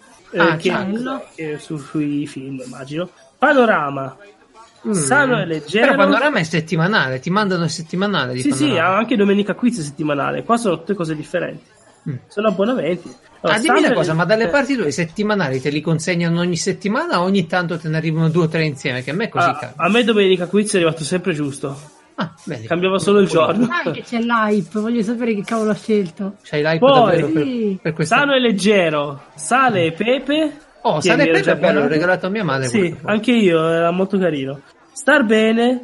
Sui film, immagino. Panorama. Sano e leggero. Però Panorama è settimanale, ti mandano il settimanale di Panorama. Sì, ha anche Domenica Quiz settimanale. Qua sono tutte cose differenti. Sono abbonamenti. Allora, dimmi una cosa, ma dalle parti tue i settimanali te li consegnano ogni settimana o ogni tanto te ne arrivano 2 o 3 insieme? Che a me è così caro. A me Domenica Quiz è arrivato sempre giusto. Vedi. Cambiava solo il giorno. Che c'è l'hype, voglio sapere che cavolo ho scelto. C'hai l'hype Poi, davvero per questa. Sano e leggero, sale e pepe. Sale e pepe è bello, l'ho regalato a mia madre. Sì, anche io, era molto carino. Star bene,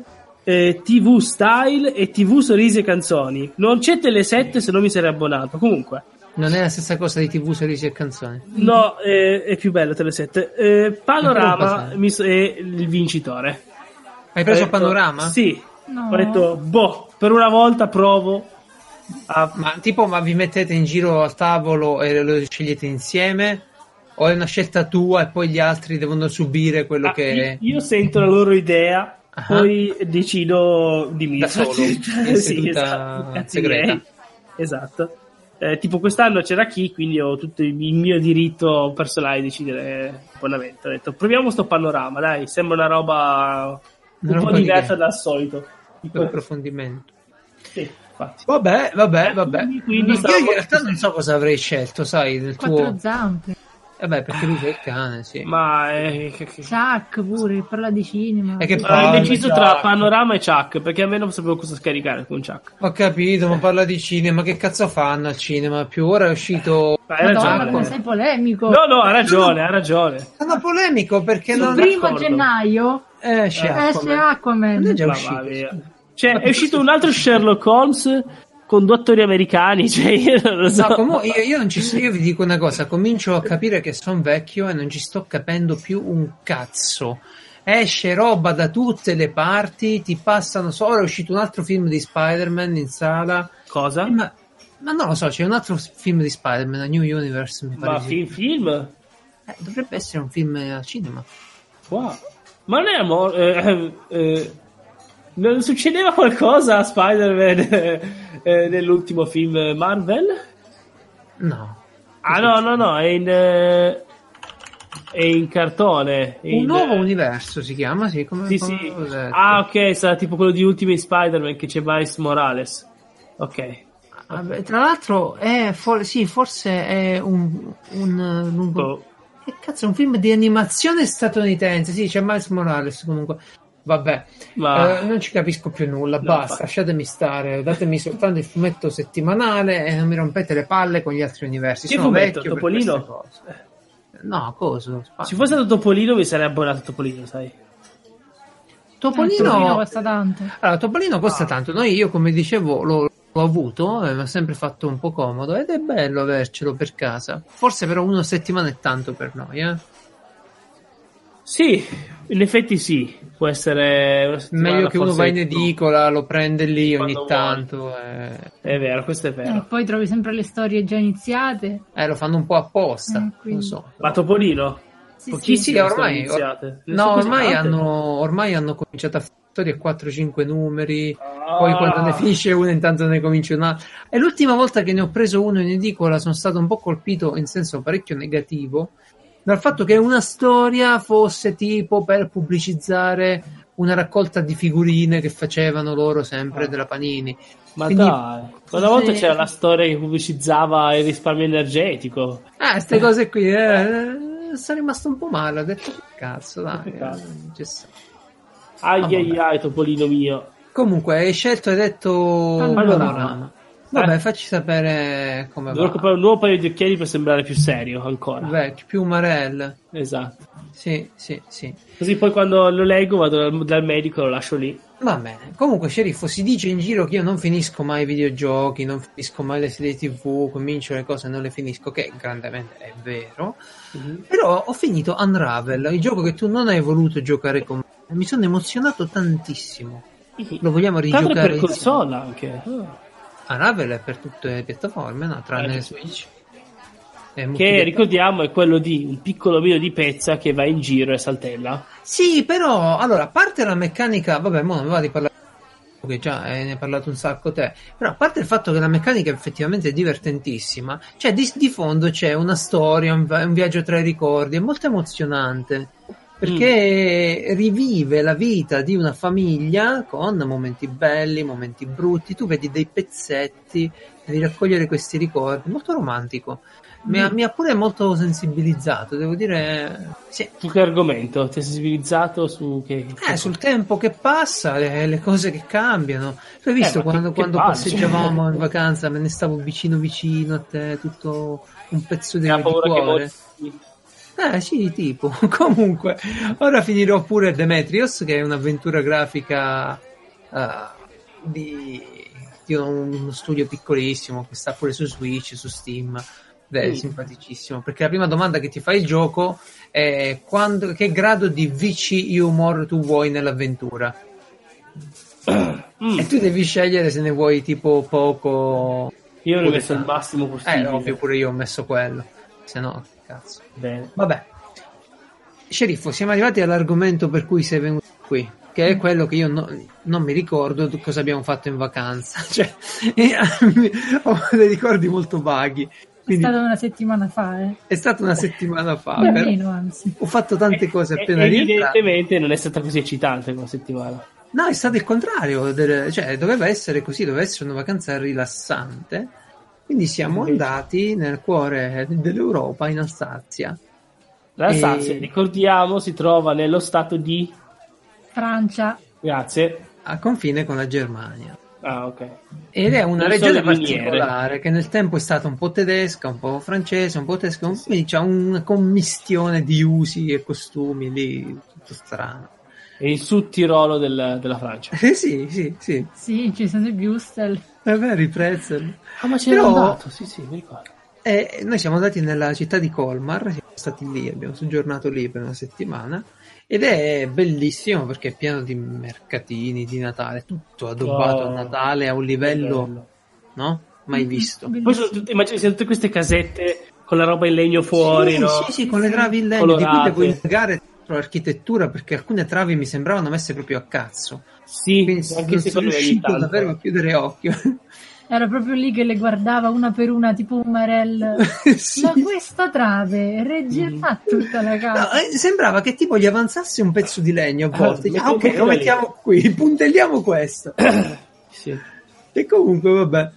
TV style e TV sorrisi e canzoni. Non c'è Tele7 se non mi sarei abbonato. Comunque. Non è la stessa cosa di TV, sorrisi e canzoni. No, è più bello Tele7. Panorama è il vincitore. Hai preso Panorama? Sì. No. Ho detto, per una volta provo a... Ma vi mettete in giro al tavolo e lo scegliete insieme? O è una scelta tua e poi gli altri devono subire quello che... Io sento la loro idea, poi decido di da solo, in seduta segreta. Esatto. Tipo quest'anno c'era chi, quindi ho tutto il mio diritto personale di decidere l'abbonamento. Ho detto, proviamo sto Panorama, dai, sembra una roba un po' diversa dal solito. Un approfondimento. Sì, infatti. Vabbè. Quindi io in realtà non so cosa avrei scelto, sai, del 4 zampe. Perché lui è il cane, sì. Ma Chuck pure, parla di cinema. È che ho deciso tra Panorama e Chuck, perché a me non sapevo cosa scaricare con Chuck. Ho capito, ma parla di cinema, che cazzo fanno al cinema? Più ora è uscito... Hai ragione. Come sei polemico. No, ha ragione. Sono polemico perché il non... 1 gennaio esce Aquaman. Non è già uscito. Cioè, è uscito un altro Sherlock Holmes con 2 attori americani, cioè io non lo so. No, comunque io non ci sto, io vi dico una cosa, comincio a capire che sono vecchio e non ci sto capendo più un cazzo. Esce roba da tutte le parti, ti passano solo, è uscito un altro film di Spider-Man in sala. Cosa? Ma non lo so, c'è un altro film di Spider-Man, A New Universe, mi pare. Ma film? Dovrebbe essere un film al cinema. Wow. Ma non è non succedeva qualcosa a Spider-Man nell'ultimo film Marvel? No. No, è in cartone. Un nuovo universo si chiama, sì, come sì. Ok, sarà tipo quello di Ultimate Spider-Man che c'è Miles Morales. Ok. Tra l'altro forse è un che cazzo, è un film di animazione statunitense. Sì, c'è Miles Morales comunque. Vabbè, non ci capisco più nulla, basta, lasciatemi stare, datemi soltanto il fumetto settimanale e non mi rompete le palle con gli altri universi. Che fumetto? Topolino? No, cosa? Se fosse stato Topolino mi sarei abbonato a Topolino, sai? Topolino costa tanto. Allora, Topolino costa tanto. Io come dicevo l'ho avuto, mi ha sempre fatto un po' comodo ed è bello avercelo per casa. Forse però una settimana è tanto per noi, Sì, in effetti sì, può essere una settimana. Meglio che uno va in edicola, lo prende lì ogni tanto. È vero, questo è vero. Poi trovi sempre le storie già iniziate. Lo fanno un po' apposta, non so. Ma Topolino? Sì, ormai. Ormai hanno cominciato a fare storie a 4-5 numeri. Poi quando ne finisce uno intanto ne comincia un'altra. E l'ultima volta che ne ho preso uno in edicola sono stato un po' colpito in senso parecchio negativo dal fatto che una storia fosse tipo per pubblicizzare una raccolta di figurine che facevano loro sempre della Panini. Ma quindi, dai, una volta c'era la storia che pubblicizzava il risparmio energetico. Queste cose qui sono rimasto un po' male, ho detto che cazzo, dai. Ai Topolino mio. Comunque hai scelto, hai detto Panorama. Vabbè, facci sapere come va. Devo comprare un nuovo paio di occhiali per sembrare più serio ancora. Più Marel. Esatto. Sì. Così poi quando lo leggo vado dal medico e lo lascio lì. Va bene. Comunque, sceriffo, si dice in giro che io non finisco mai i videogiochi, non finisco mai le serie TV, comincio le cose e non le finisco, che grandemente è vero. Però ho finito Unravel, il gioco che tu non hai voluto giocare con me. Mi sono emozionato tantissimo. Lo vogliamo rigiocare per console anche. Unravel è per tutte le piattaforme, no? Tranne Switch. Che ricordiamo è quello di un piccolo video di Pezza che va in giro e saltella. Sì, però allora, a parte la meccanica, vabbè, mo non mi va di parlare che già ne hai parlato un sacco te, però a parte il fatto che la meccanica effettivamente è divertentissima, cioè di fondo c'è una storia, un viaggio tra i ricordi, è molto emozionante perché rivive la vita di una famiglia con momenti belli, momenti brutti, tu vedi dei pezzetti, devi raccogliere questi ricordi, molto romantico. Mi ha pure molto sensibilizzato, devo dire. Sì. Su che argomento? Ti hai sensibilizzato su che? Sul tempo che passa, le cose che cambiano. Tu hai visto quando passeggiavamo in vacanza, me ne stavo vicino a te, tutto un pezzo di cuore. Sì, tipo. Comunque, ora finirò pure Demetrios, che è un'avventura grafica di uno studio piccolissimo che sta pure su Switch, su Steam. Simpaticissimo, perché la prima domanda che ti fa il gioco è che grado di VC humor tu vuoi nell'avventura e tu devi scegliere se ne vuoi tipo poco. Io ne ho messo il massimo possibile. Ovvio, pure io ho messo quello, se no cazzo. Bene. Vabbè, sceriffo, siamo arrivati all'argomento per cui sei venuto qui, che è quello che io non mi ricordo cosa abbiamo fatto in vacanza, cioè ho dei ricordi molto vaghi. Quindi, è stata una settimana fa, È stata una settimana fa. Meno, anzi. Ho fatto tante cose appena rientrato. Evidentemente non è stata così eccitante quella settimana. No, è stato il contrario. Cioè, doveva essere così, doveva essere una vacanza rilassante. Quindi siamo andati nel cuore dell'Europa, in Alsazia. L'Alsazia, ricordiamo, si trova nello stato di Francia. Grazie. A confine con la Germania. Ah, ok. Ed è una regione particolare che nel tempo è stata un po' tedesca, un po' francese, un po' tedesca, quindi c'è una commistione di usi e costumi lì, tutto strano. È il Sud Tirolo della Francia. Sì. Sì, ci sono i Würstel. È vero, i pretzel. Ah, ma c'era andato, sì, mi ricordo. Noi siamo andati nella città di Colmar, siamo stati lì, abbiamo soggiornato lì per una settimana. Ed è bellissimo perché è pieno di mercatini di Natale, tutto addobbato a Natale a un livello, no? mai visto. Poi immagino siano tutte queste casette con la roba in legno fuori, no? Sì, con le travi in legno, colorate. Di cui devo indagare l'architettura, perché alcune travi mi sembravano messe proprio a cazzo. Sì, quindi non sono riuscito davvero a chiudere occhio. Era proprio lì che le guardava una per una, tipo un Marel. Sì. Ma questa trave reggerà tutta la casa. No, sembrava che tipo gli avanzasse un pezzo di legno a volte. Ok, lo mettiamo qui, puntelliamo questo. Sì. E comunque, vabbè.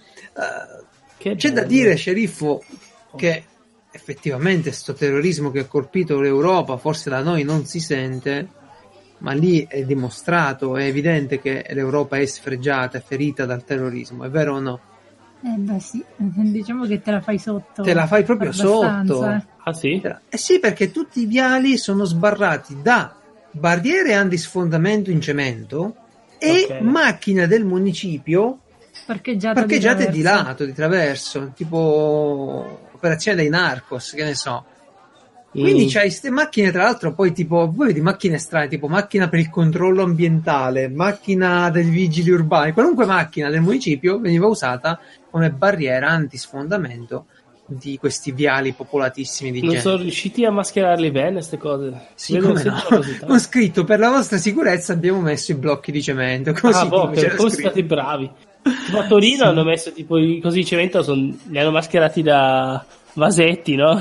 C'è da dire, sceriffo, che effettivamente sto terrorismo che ha colpito l'Europa, forse da noi non si sente, ma lì è dimostrato, è evidente che l'Europa è sfregiata, è ferita dal terrorismo, è vero o no? Beh sì, diciamo che te la fai sotto. Te la fai proprio sotto. Ah sì? Sì, perché tutti i viali sono sbarrati da barriere antisfondamento in cemento e macchine del municipio parcheggiate di lato, di traverso, tipo operazione dei narcos, che ne so. Quindi c'hai queste macchine, tra l'altro, poi tipo, voi vedi macchine strane, tipo macchina per il controllo ambientale, macchina dei vigili urbani, qualunque macchina del municipio veniva usata come barriera antisfondamento di questi viali popolatissimi di gente. Non sono riusciti a mascherarli bene queste cose. Sì, come no. Ho scritto: per la vostra sicurezza abbiamo messo i blocchi di cemento. Così come sono stati bravi. Tipo a Torino hanno messo tipo i cosi di cemento, li hanno mascherati da vasetti, no?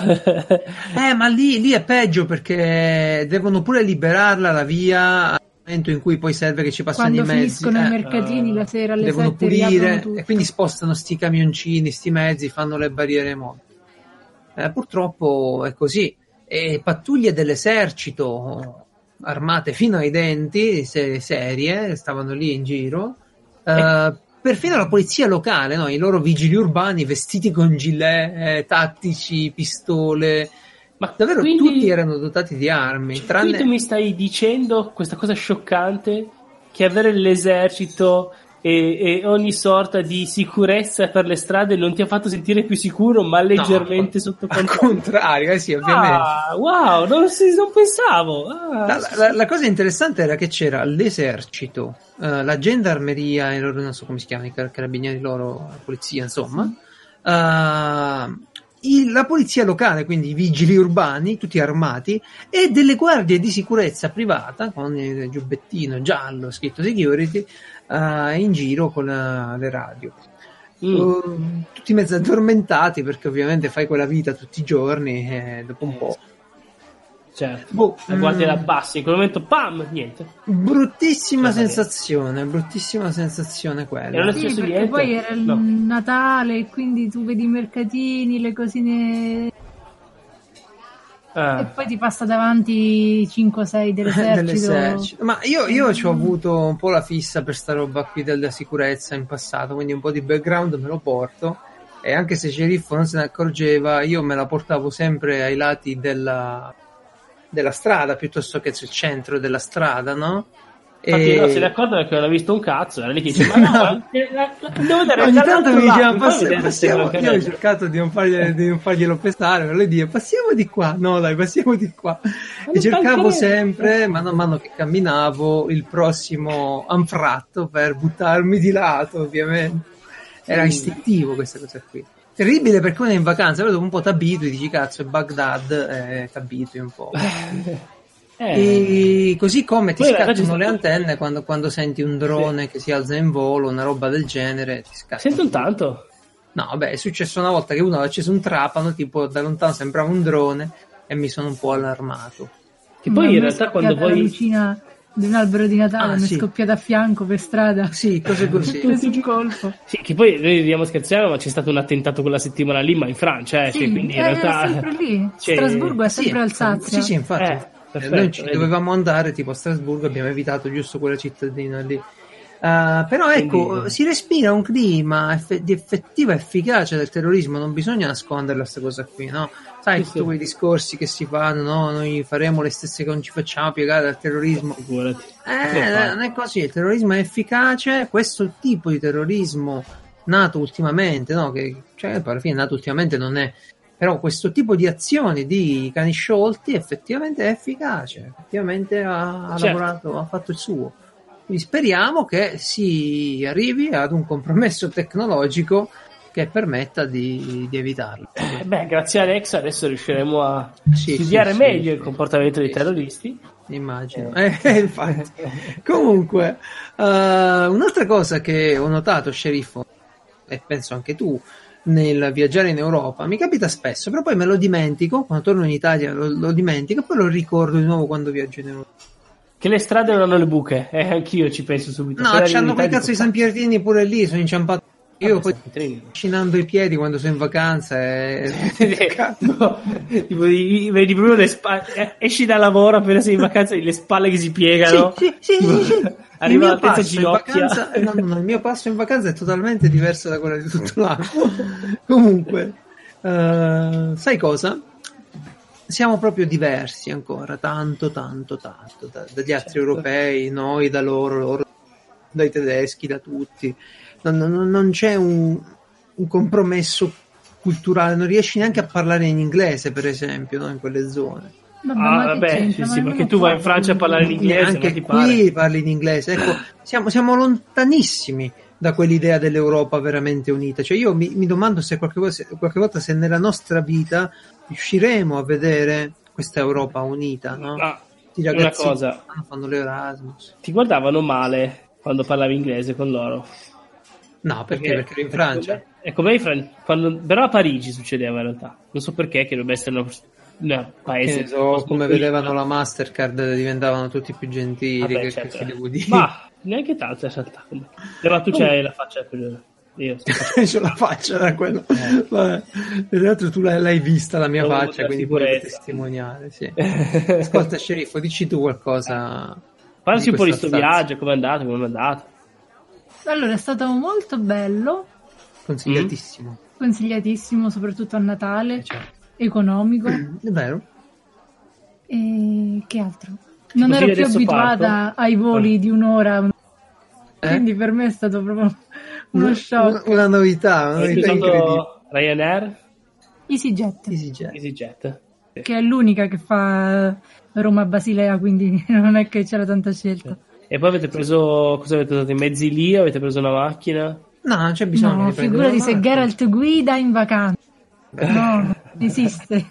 Ma lì è peggio, perché devono pure liberarla la via al momento in cui poi serve che ci passano i mezzi. Quando finiscono i mercatini la sera alle 7 devono pulire, e quindi spostano sti camioncini, sti mezzi, fanno le barriere mobili. Purtroppo è così. E pattuglie dell'esercito armate fino ai denti, serie, stavano lì in giro. Perfino la polizia locale, no? I loro vigili urbani vestiti con gilet tattici, pistole, ma davvero tutti erano dotati di armi. Quindi tu mi stai dicendo questa cosa scioccante, che avere l'esercito e ogni sorta di sicurezza per le strade non ti ha fatto sentire più sicuro, ma leggermente sotto controllo? Al contrario, sì, ovviamente. Wow, non pensavo. La cosa interessante era che c'era l'esercito, la gendarmeria, e loro non so come si chiamano, i carabinieri loro, la polizia, insomma, la polizia locale, quindi i vigili urbani, tutti armati, e delle guardie di sicurezza privata con il giubbettino giallo scritto security in giro con le radio. Tutti mezzo addormentati, perché ovviamente fai quella vita tutti i giorni e dopo un po'. Certo, la guardia la abbassi, in quel momento pam, niente. Brutissima sensazione quella. E non è successo niente. Poi era il Natale, quindi tu vedi i mercatini, le cosine, e poi ti passa davanti 5-6 dell'esercito. Ma io ci ho avuto un po' la fissa per sta roba qui della sicurezza in passato, quindi un po' di background me lo porto, e anche se Sceriffo non se ne accorgeva, io me la portavo sempre ai lati della strada piuttosto che sul centro della strada, no? Infatti no, se ne accorge perché non ha visto un cazzo, era lì che dice: ma no, devo dare ogni tanto mi diceva passiamo. Io ho cercato di non farglielo pesare, per lei dire passiamo di qua, no dai, passiamo di qua, e cercavo sempre, mano a mano che camminavo, il prossimo anfratto per buttarmi di lato, ovviamente. Era istintivo questa cosa qui. Terribile, perché uno è in vacanza, però dopo un po' t'abitui, dici cazzo è Baghdad, t'abitui un po'. E così come ti scattano le antenne quando senti un drone che si alza in volo, una roba del genere, ti scatta. Sento un tanto? No, vabbè, è successo una volta che uno aveva acceso un trapano, tipo da lontano sembrava un drone, e mi sono un po' allarmato. Che poi in realtà quando la lucina di un albero di Natale mi è scoppiata a fianco per strada. Sì, cose così. Un colpo. Sì, che poi noi vediamo scherzare, ma c'è stato un attentato quella settimana lì, ma in Francia, sì, cioè, quindi in realtà è sempre lì. Strasburgo è sempre Alsazia. Sì, infatti. Perfetto, noi ci dovevamo andare tipo a Strasburgo, abbiamo evitato giusto quella cittadina lì. Però ecco, quindi si respira un clima di effettiva efficacia del terrorismo, non bisogna nascondere questa cosa qui, no? Sai, tutti quei discorsi che si fanno, no? Noi faremo le stesse che non ci facciamo piegare dal terrorismo. Figurati. Non è così, il terrorismo è efficace, questo tipo di terrorismo nato ultimamente, no? Che cioè, alla fine nato ultimamente non è, però questo tipo di azioni di cani sciolti effettivamente è efficace, effettivamente ha lavorato, ha fatto il suo. Quindi speriamo che si arrivi ad un compromesso tecnologico che permetta di evitarlo. Grazie a Alexa adesso riusciremo a studiare meglio il comportamento dei terroristi. Immagino. Infatti. Comunque, un'altra cosa che ho notato, sceriffo, e penso anche tu, nel viaggiare in Europa, mi capita spesso, però poi me lo dimentico, quando torno in Italia lo dimentico, e poi lo ricordo di nuovo quando viaggio in Europa. Che le strade non hanno le buche, anch'io ci penso subito. No, c'hanno quei cazzo di San Piertini pure lì, sono inciampato. Io poi scinando i piedi quando sono in vacanza tipo, vedi proprio le spalle, esci da lavoro appena sei in vacanza e le spalle che si piegano. Sì. Arriva alla terza ginocchia. Il mio passo in vacanza è totalmente diverso da quello di tutto l'anno. Comunque, sai cosa? Siamo proprio diversi ancora, tanto dagli altri europei, noi da loro dai tedeschi, da tutti. Non c'è un compromesso culturale, non riesci neanche a parlare in inglese, per esempio, no? In quelle zone. Sì, perché tu vai in Francia a parlare in inglese, anche qui parli in inglese. Ecco, siamo lontanissimi da quell'idea dell'Europa veramente unita. Cioè io mi domando se qualche volta se nella nostra vita riusciremo a vedere questa Europa unita, no? I ragazzi fanno l'Erasmus. Ti guardavano male quando parlavi inglese con loro. No, perché ero in Francia. Però a Parigi succedeva in realtà. Non so perché, che dovrebbe essere un paese. Come vedevano la Mastercard diventavano tutti più gentili. Che devo dire? Ma neanche tanto in realtà. Però tu c'hai la faccia per... Io c'ho la faccia da quello. Vabbè. Tra l'altro tu l'hai vista la mia faccia, quindi puoi testimoniare. Sì. Ascolta, sceriffo, dici tu qualcosa. Parlaci un po' di sto viaggio, come è andato. Allora, è stato molto bello. Consigliatissimo, soprattutto a Natale. Certo. Economico. È vero. E che altro? Non ero più abituata ai voli di un'ora. Quindi per me è stato proprio uno shock. Una novità incredibile. Ryanair? EasyJet. Che è l'unica che fa Roma-Basilea, quindi non è che c'era tanta scelta. E poi avete preso, cosa avete usato? I mezzi lì? Avete preso una macchina? No, non c'è bisogno di prendere figurati se Geralt guida in vacanza. No, esiste.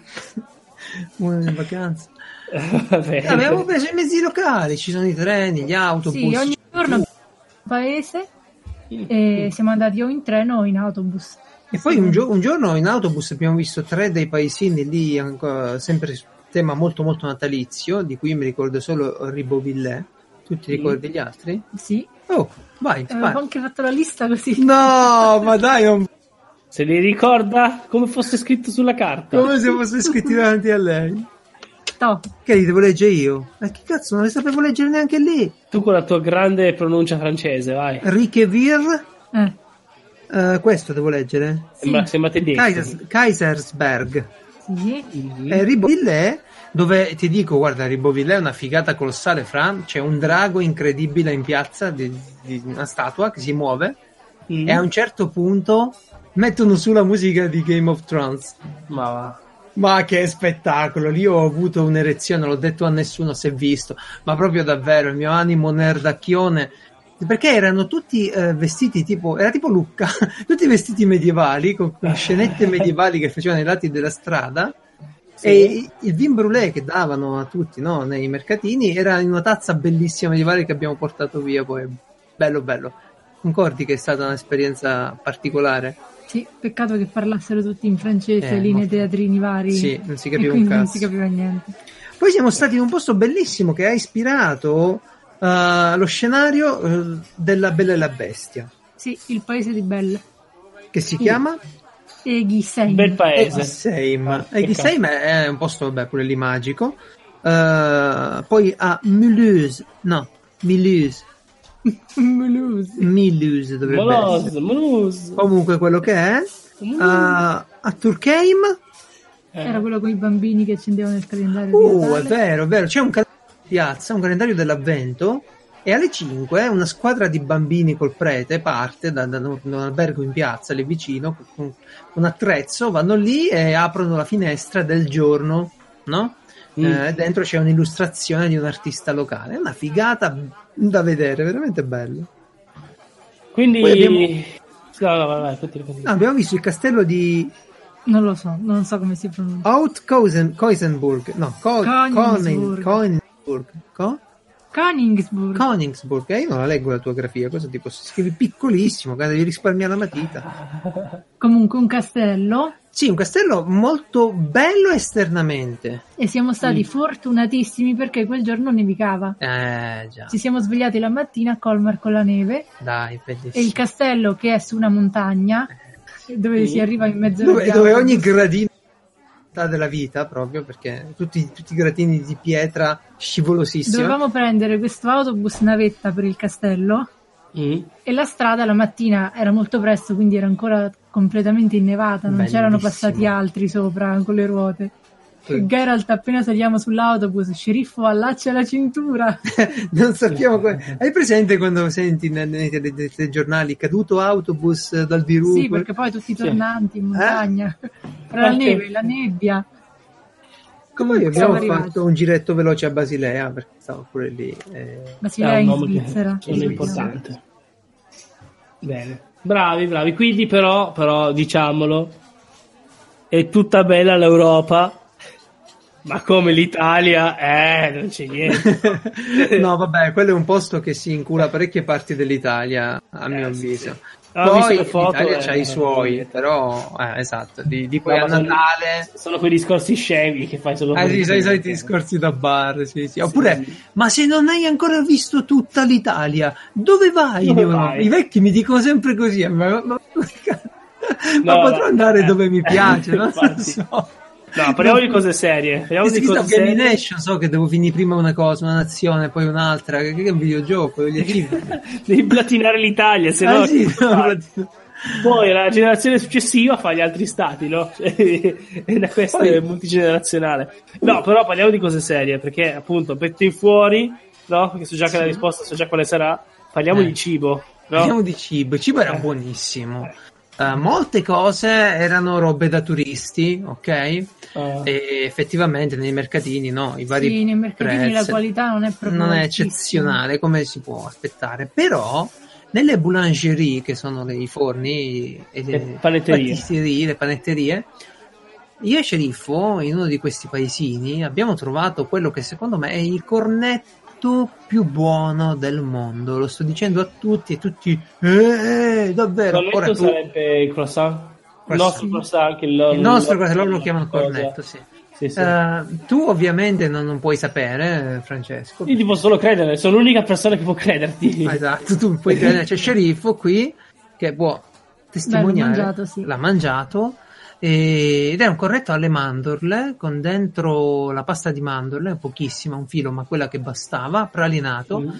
In vacanza. Abbiamo preso i mezzi locali, ci sono i treni, gli autobus. Sì, ogni giorno in paese e siamo andati o in treno o in autobus. E poi un giorno in autobus abbiamo visto 3 dei paesini lì, sempre tema molto molto natalizio, di cui mi ricordo solo Ribeauvillé. Tu ti ricordi gli altri? Sì. Oh, vai. Avevo anche fatto la lista così. No, ma dai, se li ricorda come fosse scritto sulla carta. Come se fosse scritto davanti a lei. No. Che li devo leggere io? Ma che cazzo, non li sapevo leggere neanche lì. Tu con la tua grande pronuncia francese, vai. Riquevir. Questo devo leggere? Sì. Sembra tedesco. Kaisersberg. Sì. Ribeauvillé, dove ti dico, guarda, Ribeauvillé è una figata colossale, c'è un drago incredibile in piazza di una statua che si muove e a un certo punto mettono su la musica di Game of Thrones. Ma che spettacolo, lì ho avuto un'erezione, l'ho detto a nessuno, si è visto, ma proprio davvero il mio animo nerdacchione, perché erano tutti vestiti era tipo Lucca, tutti vestiti medievali, con scenette medievali che facevano ai lati della strada. Sì. E il vin brûlé che davano a tutti, no, nei mercatini era in una tazza bellissima medievale che abbiamo portato via poi. Bello. Concordi che è stata un'esperienza particolare? Sì, peccato che parlassero tutti in francese lì nei teatrini vari. Sì, non si capiva un cazzo. Non si capiva niente. Poi siamo stati in un posto bellissimo che ha ispirato lo scenario della Bella e la Bestia. Sì, il paese di Belle. Che si chiama? Eghisheim. Bel paese. Eghisheim è un posto, vabbè, pure lì magico. Poi a Mulhouse. Mulhouse dovrebbe essere. Mulhouse. Comunque quello che è. A Turkheim. Era quello con i bambini che accendevano il calendario. È vero. C'è un calendario di piazza, un calendario dell'avvento. E alle 5 una squadra di bambini col prete parte da un albergo in piazza lì vicino con un attrezzo, vanno lì e aprono la finestra del giorno, no? Dentro c'è un'illustrazione di un artista locale, è una figata da vedere, veramente bello. Quindi No, vai. No, abbiamo visto il castello di... Non lo so, non so come si pronuncia. Koenigsburg. No, Koenigsburg. Io non la leggo la tua grafia, cosa ti posso scrivi piccolissimo, devi risparmiare la matita. Comunque un castello. Sì, un castello molto bello esternamente. E siamo stati fortunatissimi perché quel giorno nevicava. Già. Ci siamo svegliati la mattina a Colmar con la neve. Dai, bellissimo. E il castello, che è su una montagna, dove si arriva in mezzo dove ogni gradino della vita, proprio perché tutti i gradini di pietra scivolosissimi. Dovevamo prendere questo autobus navetta per il castello. E la strada la mattina era molto presto, quindi era ancora completamente innevata, non Bellissimo. C'erano passati altri sopra con le ruote. E Geralt, appena saliamo sull'autobus, sceriffo, allaccia la cintura. Non sappiamo hai presente quando senti nei giornali caduto autobus dal dirupo? Sì, perché poi tutti i tornanti in montagna tra la neve e la nebbia. Come abbiamo fatto un giretto veloce a Basilea, perché stavo pure lì. Basilea in Svizzera. Sono importante. Bene. Bravi. Quindi però diciamolo, è tutta bella l'Europa, ma come l'Italia, non c'è niente. No, vabbè, quello è un posto che si incula parecchie parti dell'Italia, a mio avviso. Sì. Poi l'Italia c'ha i suoi, però esatto, di poi a Natale sono quei discorsi scemi che fai solo sì, sono i soliti discorsi da bar, sì. Oppure ma se non hai ancora visto tutta l'Italia, dove vai? I vecchi mi dicono sempre così, ma potrò andare dove mi piace, non so. No, parliamo di cose serie. Nation, so che devo finire prima una cosa, una nazione, poi un'altra. Che è un videogioco, devi platinare l'Italia, se no. Poi la generazione successiva fa gli altri stati, no? Questo è multigenerazionale. No, però parliamo di cose serie, perché appunto petto in fuori, no? Perché so già che la risposta, so già quale sarà. Parliamo di cibo, no? Parliamo di cibo. Il cibo era buonissimo. Molte cose erano robe da turisti, ok? E effettivamente nei mercatini, no? I vari nei mercatini prezzi, la qualità non è proprio non è eccezionale, come si può aspettare. Però nelle boulangerie, che sono i forni e le panetterie, le panetterie, io e Sceriffo, in uno di questi paesini, abbiamo trovato quello che secondo me è il cornetto più buono del mondo. Lo sto dicendo a tutti e tutti davvero. Il cornetto sarebbe il croissant? Il nostro croissant, il nostro croissant, loro lo chiamano cornetto, sì. Tu ovviamente non puoi sapere, Francesco. Io ti posso solo credere, sono l'unica persona che può crederti. Esatto, tu puoi credere. C'è Sceriffo qui che può testimoniare. L'ha mangiato. Ed è un cornetto alle mandorle con dentro la pasta di mandorle, pochissima, un filo, ma quella che bastava, pralinato,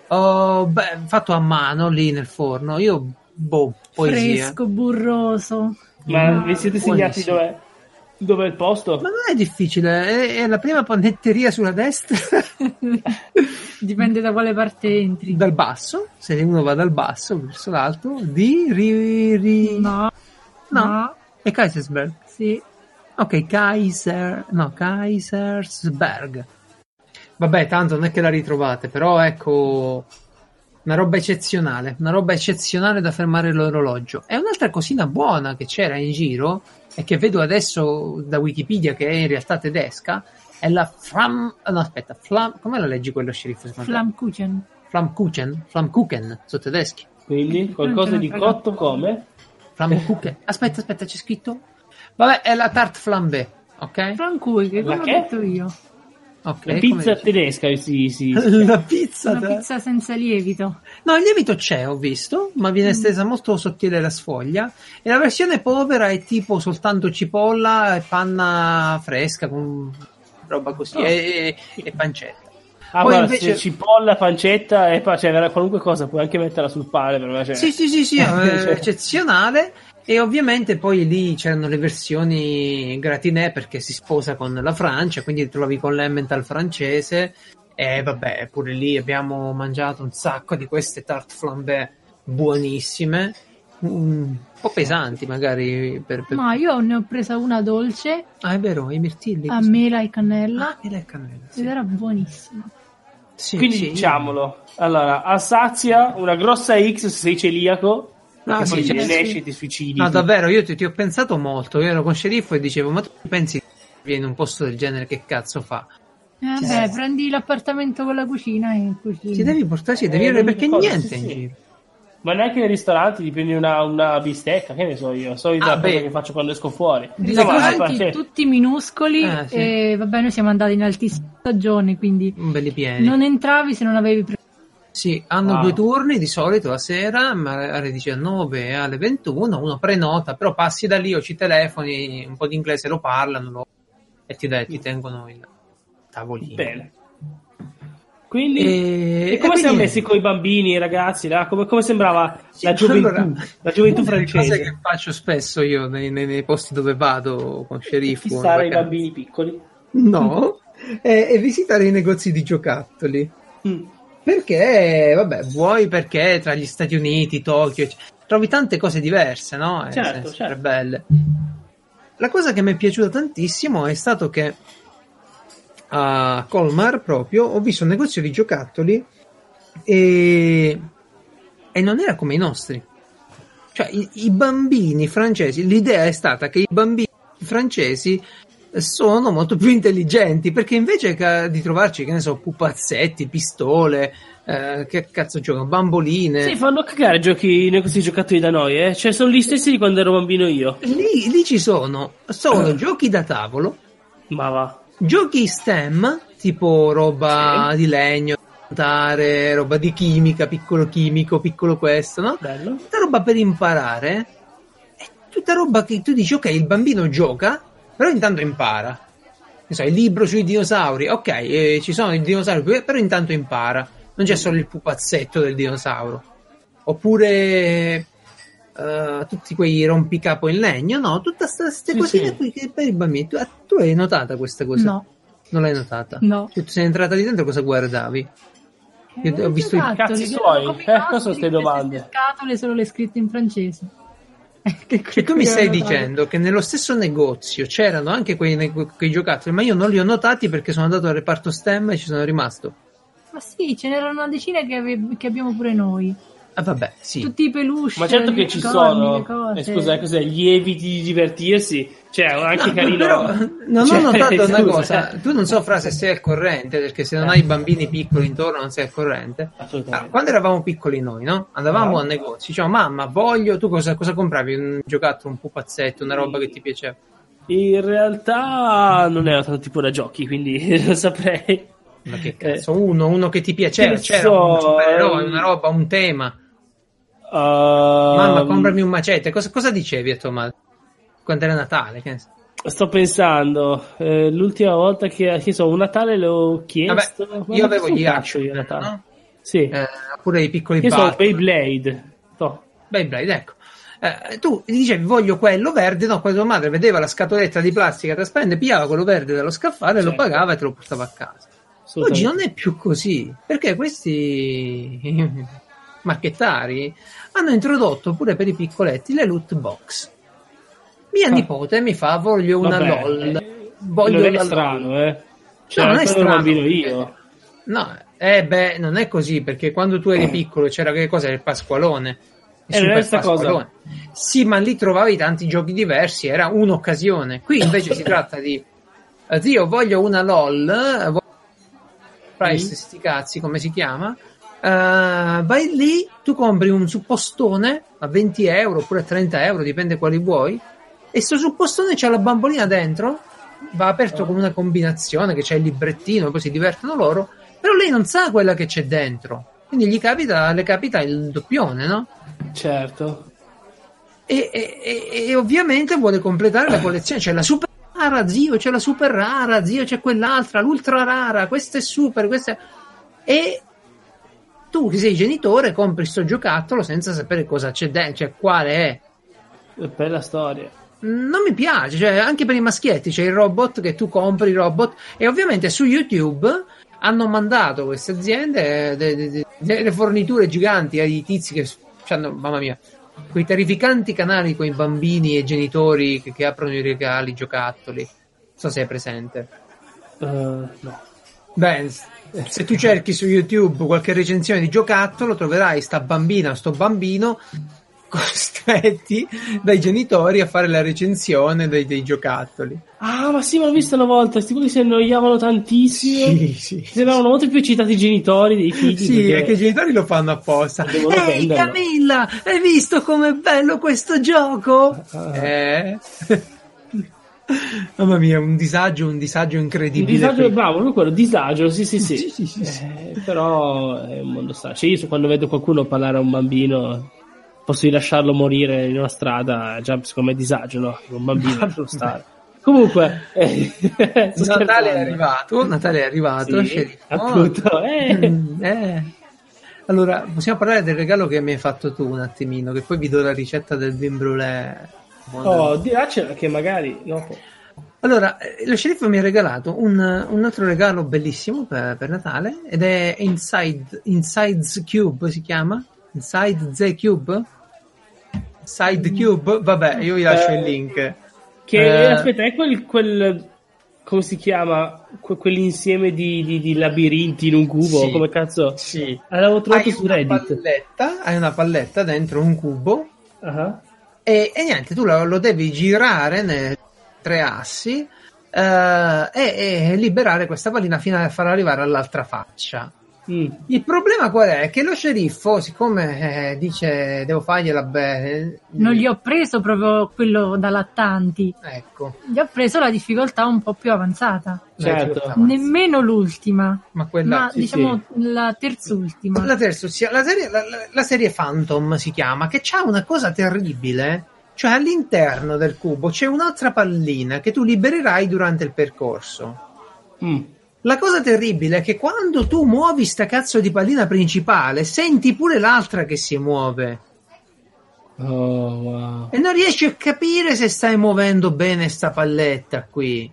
fatto a mano lì nel forno. Poesia. Fresco, burroso. Ma vi siete segnati dov'è il posto? Ma non è difficile, è la prima panetteria sulla destra. Dipende da quale parte entri. Dal basso, se uno va dal basso verso l'alto, No. È Kaisersberg? Sì. Ok, Kaisersberg. Vabbè, tanto non è che la ritrovate, però ecco, una roba eccezionale da fermare l'orologio. E un'altra cosina buona che c'era in giro, e che vedo adesso da Wikipedia che è in realtà tedesca, è la come la leggi quello, sceriffo? Flammkuchen, sono tedeschi. Quindi qualcosa di cotto come? Flammkuchen. Aspetta, c'è scritto? Vabbè, è la tarte flambé, ok? Flammkuchen, come ho detto io. Okay, la pizza tedesca La pizza una pizza senza lievito. No, il lievito c'è, ho visto, ma viene stesa molto sottile la sfoglia, e la versione povera è tipo soltanto cipolla e panna fresca con roba così e pancetta. Poi guarda, invece cipolla, pancetta e qualunque cosa puoi anche metterla sul pane, per me. Sì, eccezionale. E ovviamente poi lì c'erano le versioni gratinè, perché si sposa con la Francia, quindi ti trovavi con l'emmental francese. E vabbè, pure lì abbiamo mangiato un sacco di queste tarte flambé buonissime, un po' pesanti magari ma io ne ho presa una dolce. Ah, è vero, i mirtilli a mela e cannella. Mela e cannella, sì. Ed era buonissima. Sì, quindi diciamolo, allora, Alsazia, una grossa X se sei celiaco. No, sì, poi ne esci e ti suicidi. No, davvero, io ti ho pensato molto. Io ero con Sceriffo e dicevo, ma tu pensi che in un posto del genere che cazzo fa? Vabbè, prendi l'appartamento con la cucina e cucina. Ti devi portarci, devi avere perché niente in giro. Ma neanche nei ristoranti ti prendi una bistecca, che ne so io, solita cosa che faccio quando esco fuori. Ristoranti tutti minuscoli e vabbè, noi siamo andati in altissima stagione, quindi belli pieni. Non entravi se non avevi Sì, hanno 2 turni di solito, la sera alle 19 e alle 21, uno prenota, però passi da lì o ci telefoni, un po' di inglese lo parlano e ti tengono il tavolino. Bene. Quindi, e come siamo messi con i bambini, i ragazzi, là? Come sembrava la gioventù francese? Cose che faccio spesso io nei posti dove vado con Sceriffo. Fissare i bambini piccoli? No, è visitare i negozi di giocattoli. Perché, vabbè, vuoi perché tra gli Stati Uniti, Tokyo, trovi tante cose diverse, no? Certo. Belle. La cosa che mi è piaciuta tantissimo è stato che a Colmar proprio ho visto un negozio di giocattoli e non era come i nostri. Cioè, i bambini francesi, l'idea è stata che i bambini francesi sono molto più intelligenti, perché invece di trovarci, che ne so, pupazzetti, pistole, che cazzo giocano, bamboline. Sì, fanno cagare i negozi giocattoli da noi, cioè sono gli stessi di quando ero bambino io. Lì ci sono giochi da tavolo, ma va, giochi STEM, tipo roba di legno, roba di chimica, piccolo chimico, piccolo questo, no? Bello. Tutta roba per imparare, è tutta roba che tu dici, ok, il bambino gioca, però intanto impara. Ne so, il libro sui dinosauri, ok, ci sono i dinosauri, però intanto impara. Non c'è solo il pupazzetto del dinosauro. Oppure tutti quei rompicapo in legno, no? Tutte queste cosine qui che per i bambini. Tu hai notata questa cosa? No. Non l'hai notata? No. Cioè, tu sei entrata lì dentro, cosa guardavi? Io ho visto i cazzi suoi. Cosa sono queste domande? Le scatole solo le scritte in francese. Cioè, tu mi stai dicendo che nello stesso negozio c'erano anche quei giocattoli, ma io non li ho notati perché sono andato al reparto STEM e ci sono rimasto. Ma sì, ce n'erano una decina che abbiamo pure noi. Ah, vabbè, sì. Tutti i peluche. Ma certo che ci sono. Scusa, cos'è? Gli eviti di divertirsi? Cioè, anche carino. Però non ho notato una cosa. Tu non so, Fra, se sei al corrente, perché se non hai bambini piccoli intorno non sei al corrente. Assolutamente. Quando eravamo piccoli noi, no? Andavamo al negozio, diciamo, mamma, voglio, tu cosa compravi? Un giocattolo, un pupazzetto, una roba che ti piaceva? In realtà non ero tanto tipo da giochi, quindi non saprei. Ma che cazzo, uno che ti piaceva, c'era un supereroe, una roba, un tema. Mamma, comprami un macete. Cosa dicevi a tua madre quando era Natale? Che ne so? Sto pensando, l'ultima volta che un Natale l'ho chiesto. Vabbè, io avevo gli action io Natale. No? Sì. Oppure i piccoli Beyblade. Beyblade, ecco. Tu dicevi voglio quello verde, no? Poi tua madre vedeva la scatoletta di plastica trasparente, pigliava quello verde dallo scaffale, lo pagava e te lo portava a casa. Oggi non è più così, perché questi marchettari hanno introdotto pure per i piccoletti le loot box. Mia nipote mi fa voglio una LOL. Voglio non è strano, Cioè, no, non è strano. Bambino io. No, non è così, perché quando tu eri piccolo c'era che cosa? Il Pasqualone. Cosa. Sì, ma lì trovavi tanti giochi diversi, era un'occasione. Qui invece si tratta di zio, voglio una LOL, price sti cazzi, come si chiama? Vai lì, tu compri un suppostone a 20 euro oppure a 30 euro, dipende quali vuoi, e sto suppostone c'ha la bambolina dentro, va aperto con una combinazione che c'è il librettino, poi si divertono loro, però lei non sa quella che c'è dentro, quindi le capita il doppione, no? Certo. E ovviamente vuole completare la collezione, c'è la super rara, zio, c'è la super rara, zio, c'è quell'altra, l'ultra rara, questa è super, questa è... E tu che sei genitore compri sto giocattolo senza sapere cosa c'è dentro, cioè quale è. Bella storia. Non mi piace, cioè anche per i maschietti c'è il robot che tu compri, il robot, e ovviamente su YouTube hanno mandato queste aziende delle forniture giganti ai tizi che hanno, mamma mia, quei terrificanti canali con i bambini e i genitori che aprono i regali, giocattoli. Non so se è presente. No. Beh, se tu cerchi su YouTube qualche recensione di giocattolo troverai sta bambina, sto bambino costretti dai genitori a fare la recensione dei giocattoli. Ah, ma sì, ma l'ho visto una volta, questi quelli si annoiavano tantissimo. Sì. Sembrano molto più eccitati i genitori dei figli. Sì, è che i genitori lo fanno apposta. Ehi, Camilla, hai visto com'è bello questo gioco? Mamma mia, un disagio incredibile. Un disagio, bravo, lui quello, disagio, sì. Però è un mondo strano. Cioè, io quando vedo qualcuno parlare a un bambino, posso lasciarlo morire in una strada, già secondo me è disagio, no? Un bambino lascialo stare. Comunque, Natale è arrivato, sì, appunto. Allora, possiamo parlare del regalo che mi hai fatto tu un attimino, che poi vi do la ricetta del vin brûlé. Diracela che magari dopo. Allora, lo sceriffo mi ha regalato un altro regalo bellissimo per Natale, ed è Inside's Cube, si chiama? Inside the Cube? Inside Cube? Vabbè, io vi lascio il link. Aspetta, è quel come si chiama? Quell'insieme di labirinti in un cubo? Sì, come cazzo? Sì. L'avevo trovato su Reddit. Hai una palletta dentro un cubo. Uh-huh. E niente, tu lo devi girare nei 3 assi e liberare questa pallina fino a farla arrivare all'altra faccia. Il problema qual è? Che lo sceriffo, siccome dice devo fargliela bene, non gli ho preso proprio quello da lattanti, ecco, gli ho preso la difficoltà un po' più avanzata, certo, nemmeno l'ultima, ma diciamo la terzultima. La serie Phantom si chiama, che c'ha una cosa terribile, cioè all'interno del cubo c'è un'altra pallina che tu libererai durante il percorso. La cosa terribile è che quando tu muovi sta cazzo di pallina principale, senti pure l'altra che si muove. Oh, wow. E non riesci a capire se stai muovendo bene sta palletta qui.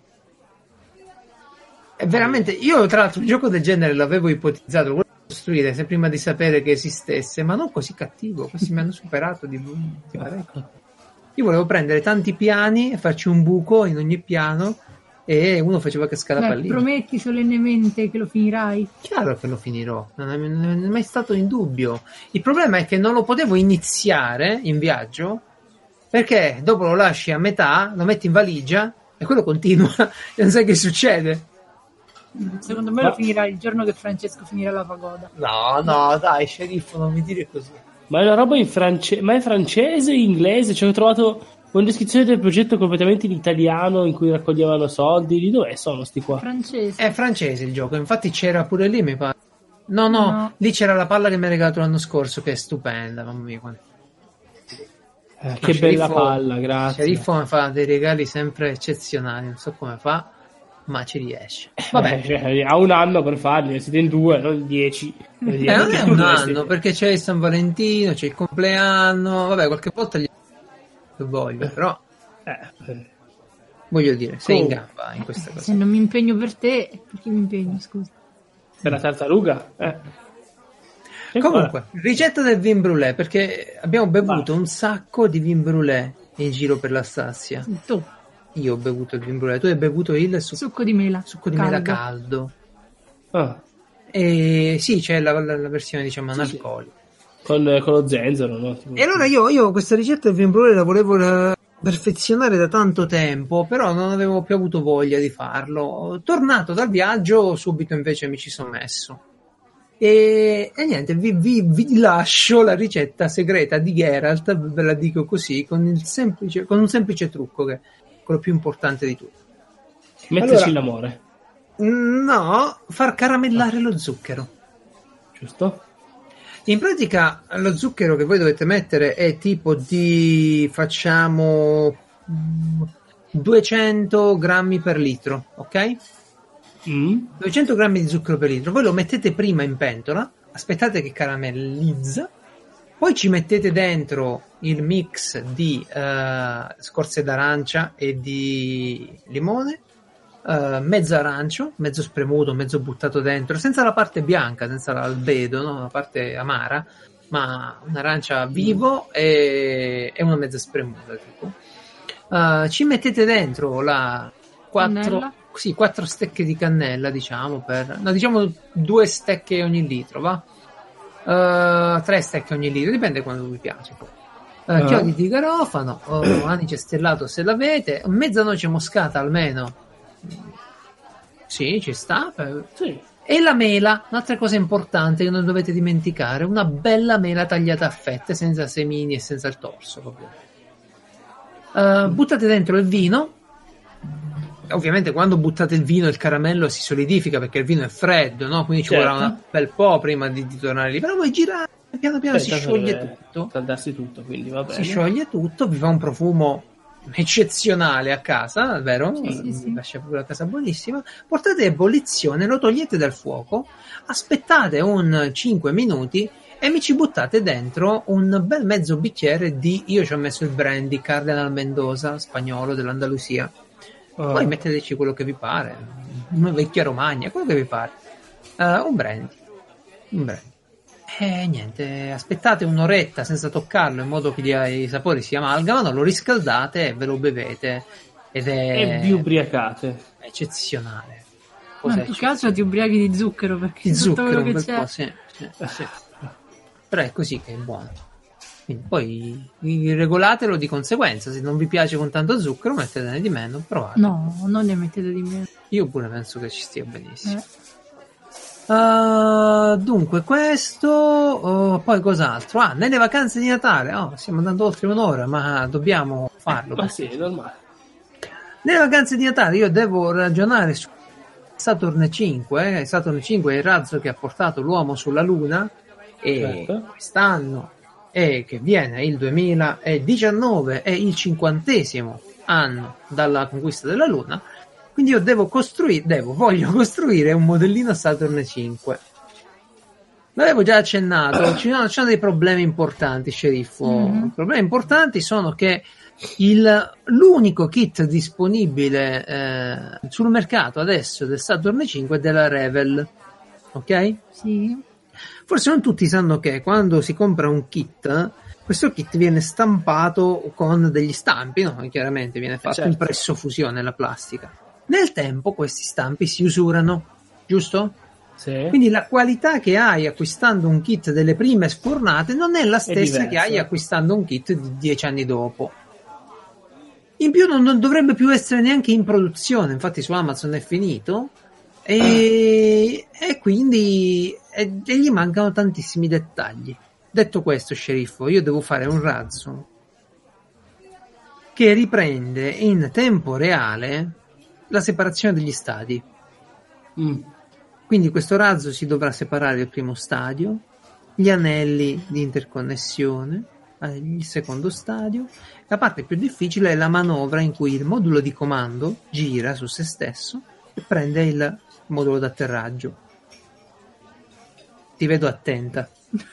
È veramente... Io tra l'altro un gioco del genere l'avevo ipotizzato, lo volevo costruire se prima di sapere che esistesse, ma non così cattivo. Questi mi hanno superato di parecchio. Io volevo prendere tanti piani e farci un buco in ogni piano, e uno faceva cascare la pallina. Prometti solennemente che lo finirai? Chiaro che lo finirò, non è mai stato in dubbio. Il problema è che non lo potevo iniziare in viaggio, perché dopo lo lasci a metà, lo metti in valigia e quello continua e non sai che succede. Secondo me lo finirai il giorno che Francesco finirà la pagoda. No, dai, sceriffo, non mi dire così. Ma è una roba in francese, ma è francese, inglese? Cioè, ho trovato una descrizione del progetto completamente in italiano in cui raccoglievano soldi. Di dove sono sti qua? Francese. È francese il gioco, infatti c'era pure lì, mi pare. No, lì c'era la palla che mi ha regalato l'anno scorso, che è stupenda, mamma mia. Che bella palla, grazie. Il sceriffo mi fa dei regali sempre eccezionali, non so come fa, ma ci riesce. Vabbè, cioè, ha un anno per farli, siete in 2, non in 10. Non è un anno, perché c'è il San Valentino, c'è il compleanno, vabbè, qualche volta gli voglio, però voglio dire, sei in gamba in questa cosa. Se non mi impegno per te, perché mi impegno, scusa? Per la tartaruga? Comunque, ricetta del vin brûlé, perché abbiamo bevuto un sacco di vin brûlé in giro per la Stassia. Tu? Io ho bevuto il vin brûlé, tu hai bevuto il succo di mela. Succo di mela caldo. E sì, c'è la versione, diciamo, analcolica. Con lo zenzero, no? E allora io questa ricetta del vin brûlé la volevo perfezionare da tanto tempo, però non avevo più avuto voglia di farlo. Tornato dal viaggio, subito invece mi ci sono messo. E niente, vi lascio la ricetta segreta di Geralt, ve la dico così, con un semplice trucco che è quello più importante di tutto. Metterci l'amore. No, far caramellare lo zucchero. Giusto? In pratica lo zucchero che voi dovete mettere è tipo di, facciamo, 200 grammi per litro, ok? 200 grammi di zucchero per litro. Voi lo mettete prima in pentola, aspettate che caramellizza, poi ci mettete dentro il mix di scorze d'arancia e di limone, mezzo arancio, mezzo spremuto, mezzo buttato dentro, senza la parte bianca, senza l'albedo, no? La parte amara, ma un'arancia vivo e una mezza spremuta tipo. Ci mettete dentro la 4 stecche di cannella, diciamo, diciamo 2 stecche ogni litro, va? 3 stecche ogni litro, dipende quando vi piace. chiodi di garofano, anice stellato se l'avete, mezzanoce moscata almeno. Sì, ci sta. Sì. E la mela, un'altra cosa importante che non dovete dimenticare, una bella mela tagliata a fette, senza semini e senza il torso. Proprio. Buttate dentro il vino. Ovviamente quando buttate il vino il caramello si solidifica perché il vino è freddo, no? Quindi ci vorrà un bel po' prima di tornare lì. Però voi girate, piano piano si scioglie tutto. Saldarsi tutto, quindi va bene. Si scioglie tutto, vi fa un profumo eccezionale a casa, vero? Sì. Lascia proprio la casa buonissima. Portate a ebollizione, lo togliete dal fuoco, aspettate un 5 minuti e mi ci buttate dentro un bel mezzo bicchiere di, io ci ho messo il brandy Cardenal Mendoza spagnolo dell'Andalusia. Poi metteteci quello che vi pare, una vecchia Romagna, quello che vi pare. Un brandy. E niente, aspettate un'oretta senza toccarlo in modo che i sapori si amalgamano, lo riscaldate e ve lo bevete ed e vi ubriacate. Eccezionale. Più che altro ti ubriachi di zucchero perché di zucchero che un bel c'è. po', sì. Però è così che è buono. Quindi poi regolatelo di conseguenza, se non vi piace con tanto zucchero mettetene di meno, provate. No, non ne mettete di meno. Io pure penso che ci stia benissimo. Dunque questo, poi cos'altro? Nelle vacanze di Natale, stiamo andando oltre un'ora, ma dobbiamo farlo. Ma sì, è normale. Nelle vacanze di Natale io devo ragionare su Saturn 5. Saturn 5 è il razzo che ha portato l'uomo sulla Luna e quest'anno che viene il 2019 è il 50° anno dalla conquista della Luna. Quindi io voglio costruire un modellino Saturn 5. L'avevo già accennato, ci sono dei problemi importanti, sceriffo. I problemi importanti sono che l'unico kit disponibile sul mercato adesso del Saturn 5 è della Revell, ok? Sì. Forse non tutti sanno che quando si compra un kit, questo kit viene stampato con degli stampi, no? Chiaramente viene fatto impresso fusione la plastica. Nel tempo questi stampi si usurano, giusto? Sì. Quindi la qualità che hai acquistando un kit delle prime sfornate non è la stessa che hai acquistando un kit di 10 anni dopo. In più non dovrebbe più essere neanche in produzione, infatti su Amazon è finito e quindi gli mancano tantissimi dettagli. Detto questo, sceriffo, io devo fare un razzo che riprende in tempo reale la separazione degli stadi. Quindi questo razzo si dovrà separare il primo stadio, gli anelli di interconnessione, il secondo stadio. La parte più difficile è la manovra in cui il modulo di comando gira su se stesso e prende il modulo d'atterraggio. Ti vedo attenta.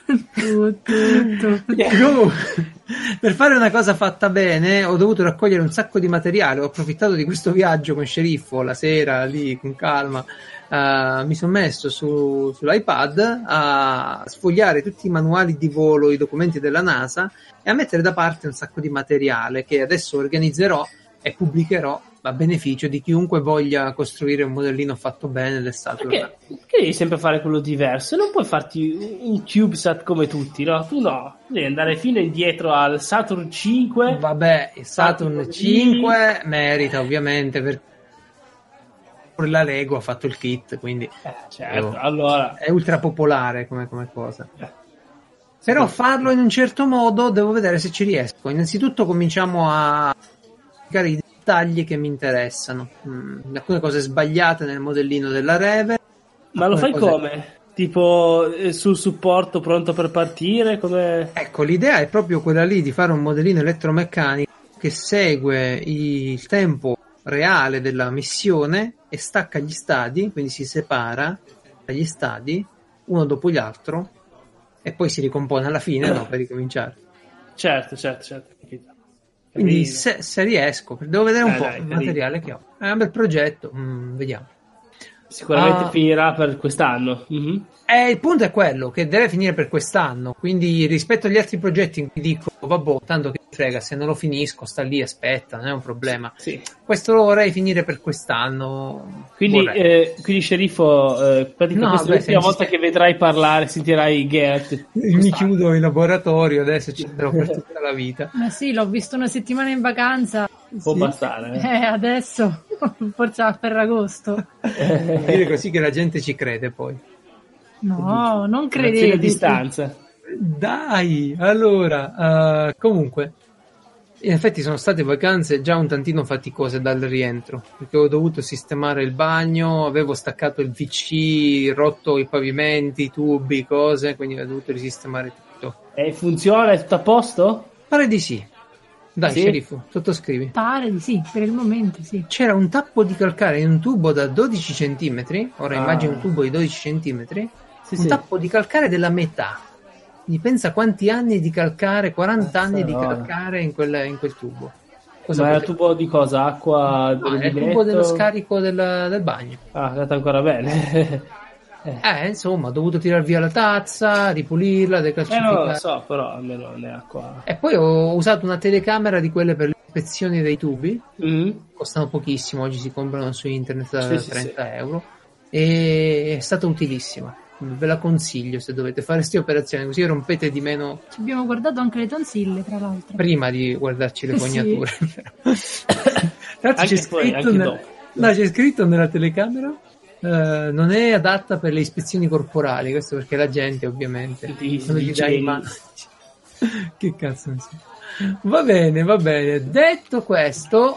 Per fare una cosa fatta bene ho dovuto raccogliere un sacco di materiale, ho approfittato di questo viaggio con sceriffo la sera lì con calma, mi sono messo sull'iPad a sfogliare tutti i manuali di volo, i documenti della NASA e a mettere da parte un sacco di materiale che adesso organizzerò e pubblicherò a beneficio di chiunque voglia costruire un modellino fatto bene del Saturn. Perché devi sempre fare quello diverso? Non puoi farti un CubeSat come tutti, no? Tu no, devi andare fino indietro al Saturn 5. Vabbè, il Saturn 5 merita ovviamente perché la Lego ha fatto il kit, quindi allora è ultra popolare come cosa. Però farlo in un certo modo devo vedere se ci riesco. Innanzitutto cominciamo a cercare i dettagli che mi interessano, alcune cose sbagliate nel modellino della Revell. Ma lo fai come? Tipo sul supporto pronto per partire? Come... Ecco, l'idea è proprio quella lì di fare un modellino elettromeccanico che segue il tempo reale della missione e stacca gli stadi, quindi si separa dagli stadi uno dopo gli altro e poi si ricompone alla fine per ricominciare. Certo. Quindi se riesco, devo vedere un po' il materiale che ho. È un bel progetto, vediamo. Sicuramente finirà per quest'anno. Mm-hmm. Il punto è quello, che deve finire per quest'anno, quindi rispetto agli altri progetti in cui dico, vabbè, tanto che frega, se non lo finisco sta lì, aspetta, non è un problema. Sì. Questo lo vorrei finire per quest'anno. Quindi sceriffo, questa è l'ultima volta che vedrai parlare, sentirai Gert. Mi chiudo in laboratorio, adesso ci andrò per tutta la vita. Ma sì, l'ho visto una settimana in vacanza. Può bastare. Adesso, forse a Ferragosto. Dire così che la gente ci crede poi. No, non credete. A distanza. Dai, allora, comunque, in effetti sono state vacanze già un tantino faticose dal rientro, perché ho dovuto sistemare il bagno, avevo staccato il VC, rotto i pavimenti, i tubi, cose, quindi ho dovuto risistemare tutto. E funziona? È tutto a posto? Pare di sì. Dai, sì? sceriffo, sottoscrivi. Pare di sì, per il momento sì. C'era un tappo di calcare in un tubo da 12 centimetri, ora immagino un tubo di 12 centimetri, tappo di calcare della metà. Quindi pensa quanti anni di calcare, 40 anni di calcare in quel tubo. Ma era tubo di cosa? Acqua? No, è il tubo dello scarico del bagno. Ah, è andata ancora bene. Insomma, ho dovuto tirar via la tazza, ripulirla, decalcificare. Non lo so, però almeno non è acqua. E poi ho usato una telecamera di quelle per le ispezioni dei tubi. Costano pochissimo, oggi si comprano su internet da 30 euro. E è stata utilissima. Ve la consiglio se dovete fare queste operazioni, così rompete di meno. Ci abbiamo guardato anche le tonsille, tra l'altro, prima di guardarci le fognature. C'è scritto nella telecamera non è adatta per le ispezioni corporali, questo perché la gente ovviamente non gli dà in mano. Che cazzo ne so. Va bene, detto questo,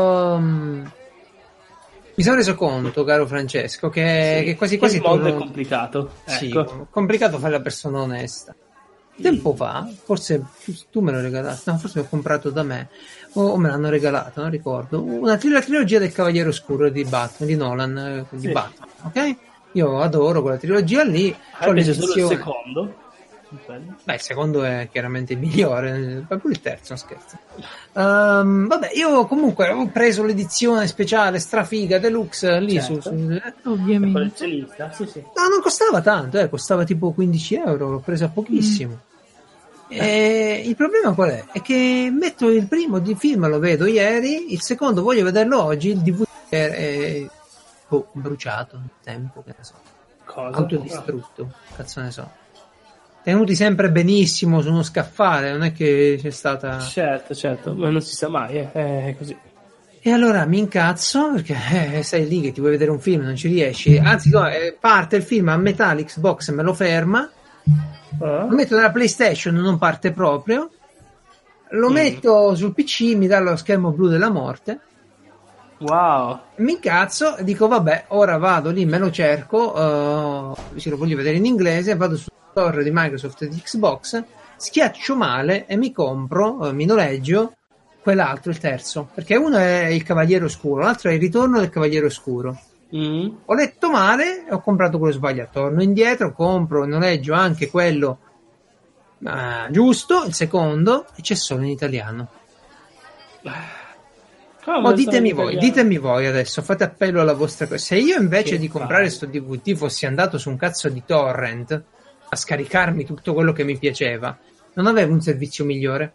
mi sono reso conto, caro Francesco, che quasi il mondo è complicato. Sì, complicato fare la persona onesta. Tempo fa, forse tu me l'hai regalato, no, forse l'ho comprato da me, o me l'hanno regalato, non ricordo, la trilogia del Cavaliere Oscuro di Batman, di Nolan, di Batman, ok? Io adoro quella trilogia lì. Invece solo il secondo. Beh, il secondo è chiaramente il migliore, pure il terzo, non scherzo. Vabbè, io comunque avevo preso l'edizione speciale strafiga deluxe lì, ovviamente. Sì. No, non costava tanto, costava tipo 15 euro, l'ho presa pochissimo. E il problema qual è? È che metto il primo di film, lo vedo ieri, il secondo voglio vederlo oggi, il DVD è bruciato nel tempo, che ne so. Autodistrutto, cazzo ne so. Tenuti sempre benissimo su uno scaffale, non è che c'è stata... Certo, ma non si sa mai, è così. E allora mi incazzo, perché sei lì che ti vuoi vedere un film, non ci riesci, anzi no, parte il film a metà, l'Xbox me lo ferma, lo metto nella PlayStation, non parte proprio, lo metto sul PC, mi dà lo schermo blu della morte. Wow. Mi incazzo e dico vabbè, ora vado lì, me lo cerco, se lo voglio vedere in inglese, vado su store di Microsoft e di Xbox, schiaccio male e mi compro, mi noleggio quell'altro, il terzo, perché uno è il Cavaliere Oscuro, l'altro è il Ritorno del Cavaliere Oscuro. Ho letto male e ho comprato quello sbagliato, torno indietro, compro, noleggio anche quello giusto, il secondo, e c'è solo in italiano. Ditemi voi adesso, fate appello alla vostra cosa. Se io invece di comprare sto DVD fossi andato su un cazzo di torrent a scaricarmi tutto quello che mi piaceva, non avevo un servizio migliore?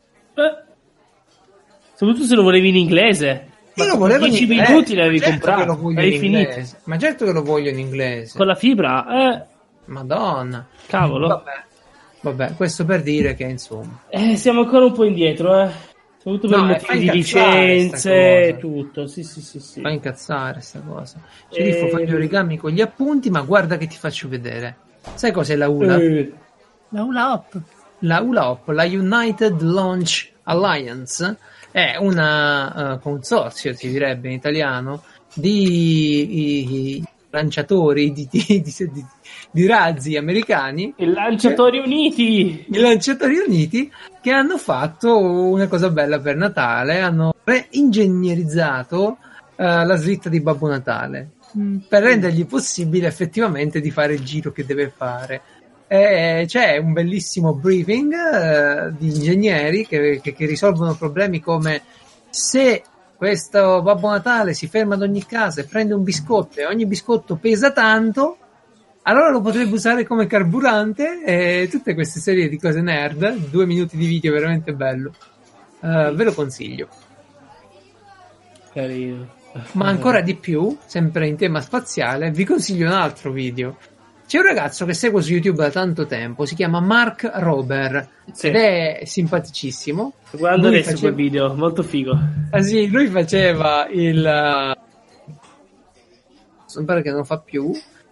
Soprattutto se lo volevi in inglese. Io lo volevo 10 minuti l'avevi comprato, avevi finito. Ma certo che lo voglio in inglese. Con la fibra? Madonna. Cavolo. Vabbè, questo per dire che insomma. Siamo ancora un po' indietro, soprattutto per motivi di licenze e tutto. Sì. Fa incazzare sta cosa. Sceriffo, fai gli origami con gli appunti, ma guarda che ti faccio vedere. Sai cos'è la ULA? La ULA Hop. La ULA Hop, la United Launch Alliance, è una consorzio, si direbbe in italiano, di lanciatori di razzi americani. I Lanciatori Uniti! I Lanciatori Uniti che hanno fatto una cosa bella per Natale, hanno reingegnerizzato la slitta di Babbo Natale per rendergli possibile effettivamente di fare il giro che deve fare. C'è un bellissimo briefing di ingegneri che risolvono problemi come: se questo Babbo Natale si ferma ad ogni casa e prende un biscotto e ogni biscotto pesa tanto, allora lo potrebbe usare come carburante, e tutte queste serie di cose nerd. 2 minuti di video veramente bello, ve lo consiglio. Carino. Ma ancora di più, sempre in tema spaziale, vi consiglio un altro video. C'è un ragazzo che seguo su YouTube da tanto tempo, si chiama Mark Rober, ed è simpaticissimo. Guarda adesso quel video, molto figo. Ah sì, lui faceva il... mi pare che non fa più.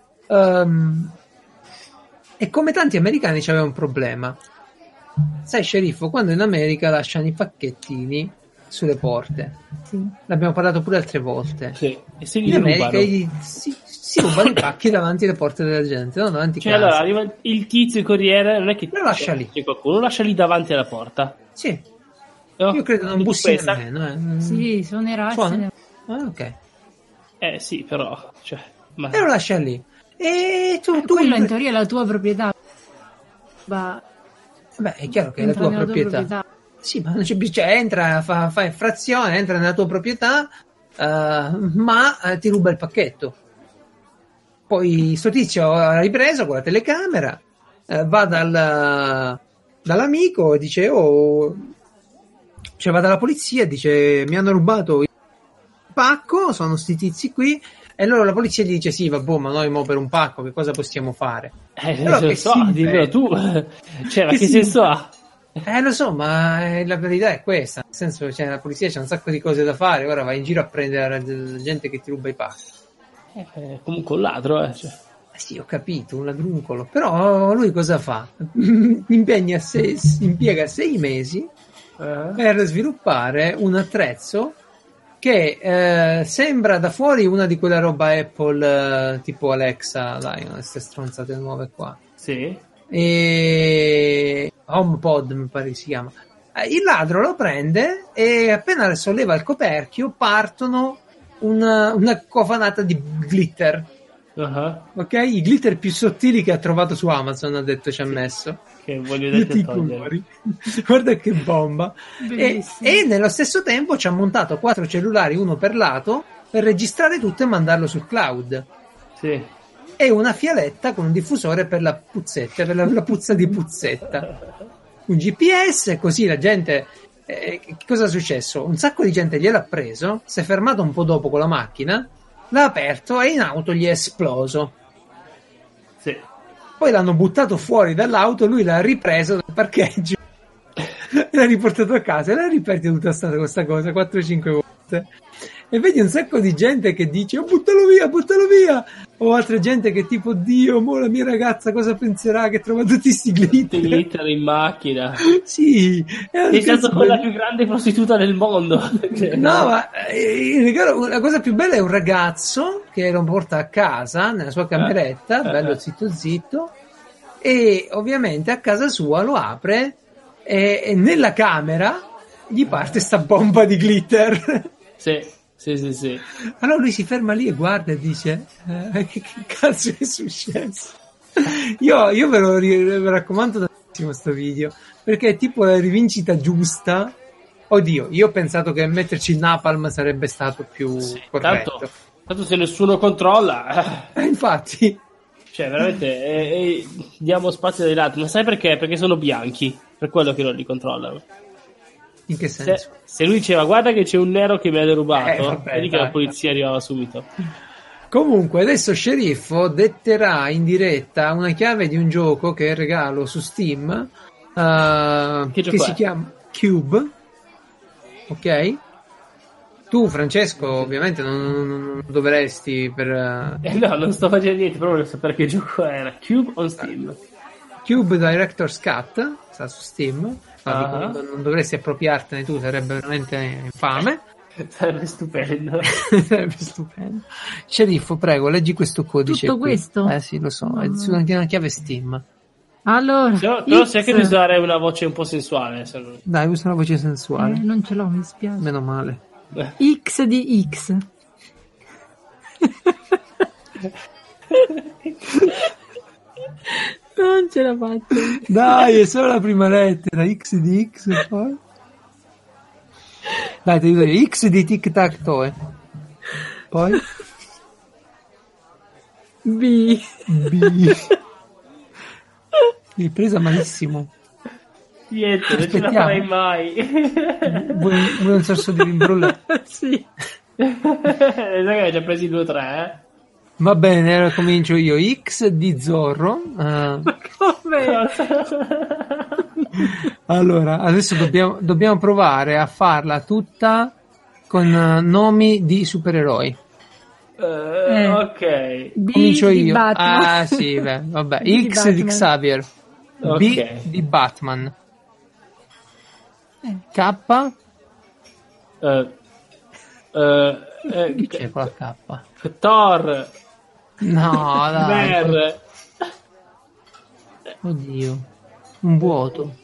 E come tanti americani c'aveva un problema. Sai, sceriffo, quando in America lasciano i pacchettini sulle porte. Sì. L'abbiamo parlato pure altre volte. Sì. E se in America si rubano i pacchi davanti alle porte della gente, non davanti a casa. Allora arriva il tizio, il corriere, non è che lo lascia lì. Qualcuno lo lascia lì davanti alla porta. Sì. No? Io credo non bussi nemmeno. Sì, suonerà. Ah, ok. Sì, però. E lo lascia lì. E tu quello in teoria è la tua proprietà. Beh, è chiaro che è la tua proprietà. Sì, ma non c'è bisogno. Entra, fa infrazione, entra nella tua proprietà, ma ti ruba il pacchetto. Poi sto tizio ha ripreso con la telecamera, va dall'amico e dice va dalla polizia e dice mi hanno rubato il pacco, sono sti tizi qui, e allora la polizia gli dice sì, vabbè, ma noi mo per un pacco che cosa possiamo fare? Dimmelo tu. Ma che senso ha? Lo so, ma la verità è questa, nel senso, la polizia c'ha un sacco di cose da fare, ora vai in giro a prendere la gente che ti ruba i pacchi. Comunque un ladro, Sì, ho capito, un ladruncolo. Però lui cosa fa? Impiega 6 mesi per sviluppare un attrezzo che sembra da fuori una di quella roba Apple tipo Alexa, dai, queste stronzate nuove qua. Sì. E HomePod mi pare si chiama. Il ladro lo prende e appena solleva il coperchio partono una cofanata di glitter. Ok, i glitter più sottili che ha trovato su Amazon, ha detto, ci ha messo. Che voglio vedere. Guarda che bomba. E nello stesso tempo ci ha montato 4 cellulari, uno per lato, per registrare tutto e mandarlo sul cloud. Sì. E una fialetta con un diffusore per la puzzetta, per la puzza di puzzetta. Un GPS, così la gente... cosa è successo? Un sacco di gente gliel'ha preso, si è fermato un po' dopo con la macchina, l'ha aperto e in auto gli è esploso. Sì. Poi l'hanno buttato fuori dall'auto, lui l'ha ripreso dal parcheggio e l'ha riportato a casa e l'ha ripetuta questa cosa 4-5 volte. E vedi un sacco di gente che dice buttalo via, o altra gente che tipo Dio, mo la mia ragazza cosa penserà che trova tutti sti glitter in macchina. Sì, è stata quella più grande prostituta del mondo. No, ma la cosa più bella è un ragazzo che lo porta a casa nella sua cameretta, bello zitto, e ovviamente a casa sua lo apre e nella camera gli parte sta bomba di glitter. Sì. Allora lui si ferma lì e guarda e dice che cazzo è successo? Io ve lo raccomando tantissimo sto video, perché è tipo la rivincita giusta. Oddio, io ho pensato che metterci il napalm sarebbe stato più corretto. Tanto se nessuno controlla, infatti, veramente diamo spazio ai ladri. Ma sai perché? Perché sono bianchi, per quello che non li controllano. In che senso? Se lui diceva guarda che c'è un nero che mi ha derubato, vedi che la polizia arrivava subito. Comunque adesso Sceriffo detterà in diretta una chiave di un gioco che è regalo su Steam, che si chiama Cube. Ok? Tu Francesco ovviamente non dovresti per... No, non sto facendo niente, però voglio sapere che gioco era. Cube on Steam. Cube Director's Cut sta su Steam. Non dovresti appropriartene tu, sarebbe veramente infame. Sarebbe stupendo. Sceriffo, prego, leggi questo codice. Tutto questo? Sì, lo so, è su una chiave Steam. Allora, però sai che usare una voce un po' sensuale. Dai, usa una voce sensuale. Non ce l'ho, mi spiace. Meno male. X di X. Non ce la faccio. Dai, è solo la prima lettera, X di X, poi. Dai, ti dico io, X di Tic Tac Toe. Poi? B. L'hai presa malissimo. Niente, non ce la farai mai. Vuoi un sorso di rimbrolla? Sì. Sai che hai già presi 2 o 3, Va bene, allora comincio io. X di Zorro. Ma come? Allora, adesso dobbiamo provare a farla tutta con nomi di supereroi. Ok. Comincio io. Batman. Ah, sì, vabbè. B X di Xavier. Okay. B di Batman. K. Che c'è con la K? Thor. No, dai. Mer. Oddio. Un vuoto.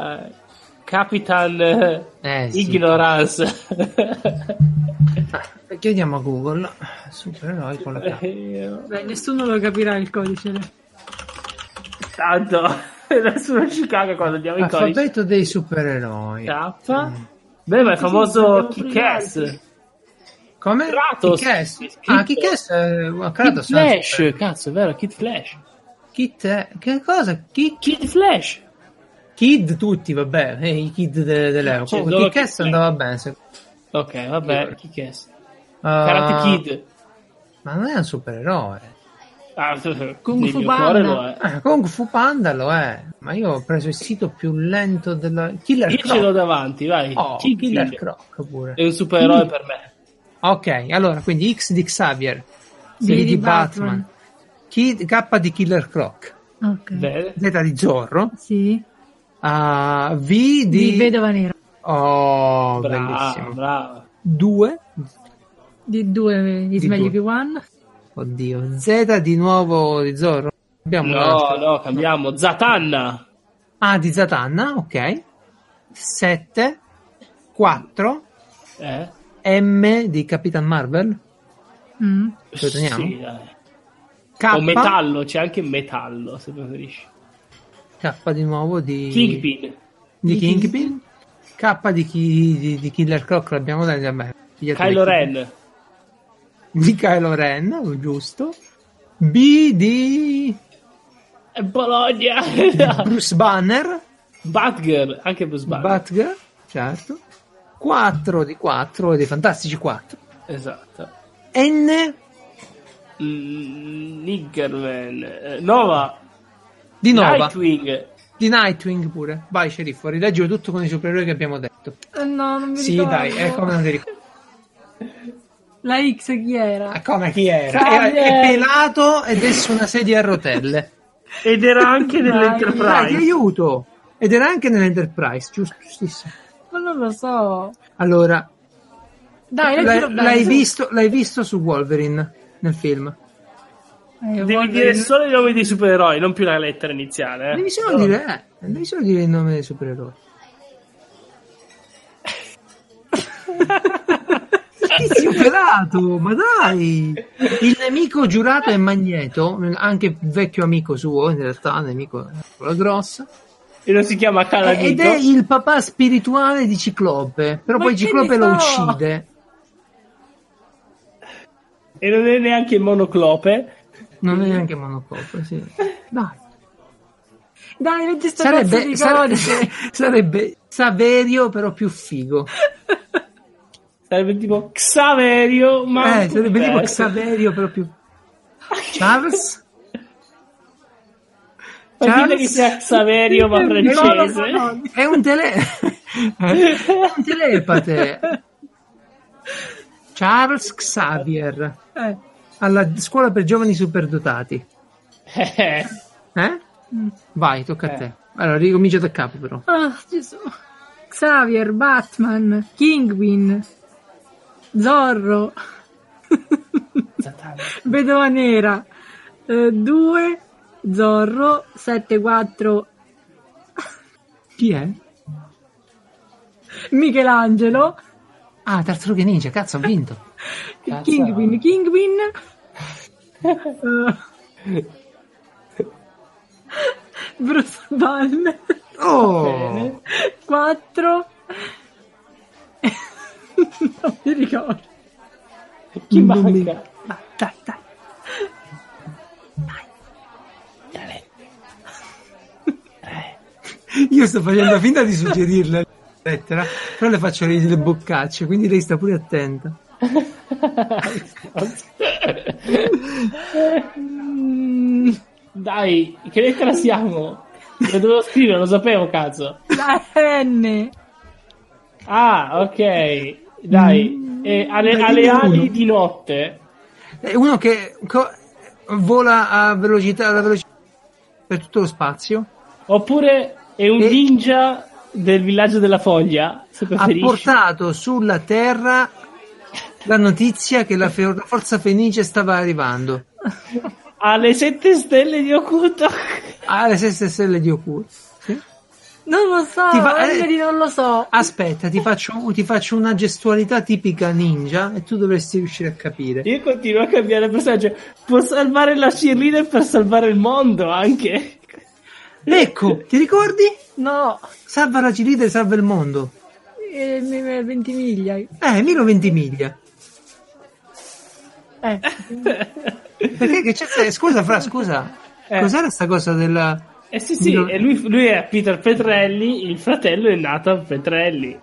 Capitan Ignorance. Chiediamo a Google. Supereroi con la K. Beh, nessuno lo capirà il codice. Tanto nessuno ci caga quando diamo i codici. Alfabeto dei supereroi. K. Beh, ma è famoso Kick-Ass. Come? Kratos. Kick-Ass. Ah, Kick-Ass. Kid Kratos. Flash. Cazzo, è vero, Kid Flash. Che cosa? Kid Flash. Kid tutti, vabbè. I kid dell'epoca. Cioè, Kick-Ass andava bene. Ok, vabbè, Kick-Ass. Karate Kid. Ma non è un supereroe. Kung Fu Panda. Kung Fu Panda lo è. Ma io ho preso il sito più lento della... Killer Io Croc. ce l'ho davanti, vai. Killer Croc pure. È un supereroe per me. Ok, allora, quindi X di Xavier. B di Batman. K di Killer Croc. Ok. Bene. Z di Zorro. Sì. V di... Di Vedova Nera. Oh, bellissimo. Bravo. 2. Di 2 is meglio due. che one. Oddio. Z di nuovo di Zorro. Abbiamo No, cambiamo. Zatanna. Ah, di Zatanna, ok. 7. 4. M di Capitan Marvel. Lo teniamo? Sì, dai. K. O metallo, c'è anche metallo se preferisci. K di nuovo di Kingpin. Di Kingpin. K di Killer Croc l'abbiamo detto, vabbè. Kylo Ren. Di Kylo Ren, giusto. B di Bologna. Bruce Banner. Batgirl, anche Bruce Banner. Batgirl, certo. 4 di 4 dei Fantastici 4. Esatto. N. Niggerman. Nova. Di Nova. Nightwing. Di Nightwing pure. Vai, sceriffo, rileggilo tutto con i supereroi che abbiamo detto. No, non mi ricordo. Sì, dai, è come non ti ricordo. La X chi era? Come chi era? È pelato ed è su una sedia a rotelle. Ed era anche nell'Enterprise. Dai, ti aiuto. Ed era anche nell'Enterprise, giustissimo. Ma non lo so. Allora, dai, l'hai visto su Wolverine nel film? Devi dire solo i nomi dei supereroi, non più la lettera iniziale. Devi solo dire il nome dei supereroi. Tizio pelato, ma dai! Il nemico giurato è Magneto, anche vecchio amico suo, in realtà, nemico con la grossa. E non si chiama Caladito. Ed è il papà spirituale di Ciclope, però poi Ciclope lo uccide. E non è neanche Monoclope. Non è neanche Monoclope, sì. Dai, leggi sto pezzo di codice. Sarebbe Saverio, però più figo. Sarebbe tipo Xaverio, ma... sarebbe tipo Xaverio, però più... Charles? Ma dite che sia Xaverio, ma francese. No. È un telepate. Charles Xavier. Alla scuola per giovani superdotati. Vai, tocca a te. Allora, ricomincio da capo, però. Oh, Gesù. Xavier, Batman, Kingpin, Zorro, Vedova Nera, 2, Zorro, 7, 4. Chi è? Michelangelo. Ah, Tartarughe Ninja, cazzo, ho vinto. Kingpin. Bruce Banner. 4. Non mi ricordo. Chi manca? Dai. Io sto facendo finta di suggerirle la lettera, però le faccio le boccacce, quindi lei sta pure attenta. Dai, che lettera siamo? Lo dovevo scrivere, lo sapevo, cazzo. La N. Ah, ok. Dai, alle ali di notte. È uno che vola alla velocità per tutto lo spazio. Oppure è un ninja del villaggio della foglia, se preferisci. Ha portato sulla terra la notizia che la forza fenice stava arrivando. Alle 7 stelle di Okuto. Alle 7 stelle di Okuto. Sì? Non lo so, non lo so. Aspetta, ti faccio una gestualità tipica ninja e tu dovresti riuscire a capire. Io continuo a cambiare personaggio. Può salvare la cheerleader per salvare il mondo anche. Ecco, ti ricordi? No. Salva la cheerleader, salva il mondo. 20 miglia. Milo Ventimiglia. Perché che c'è? Scusa, scusa. Cos'era sta cosa della... sì, e lui è Peter Petrelli, il fratello è Nathan Petrelli.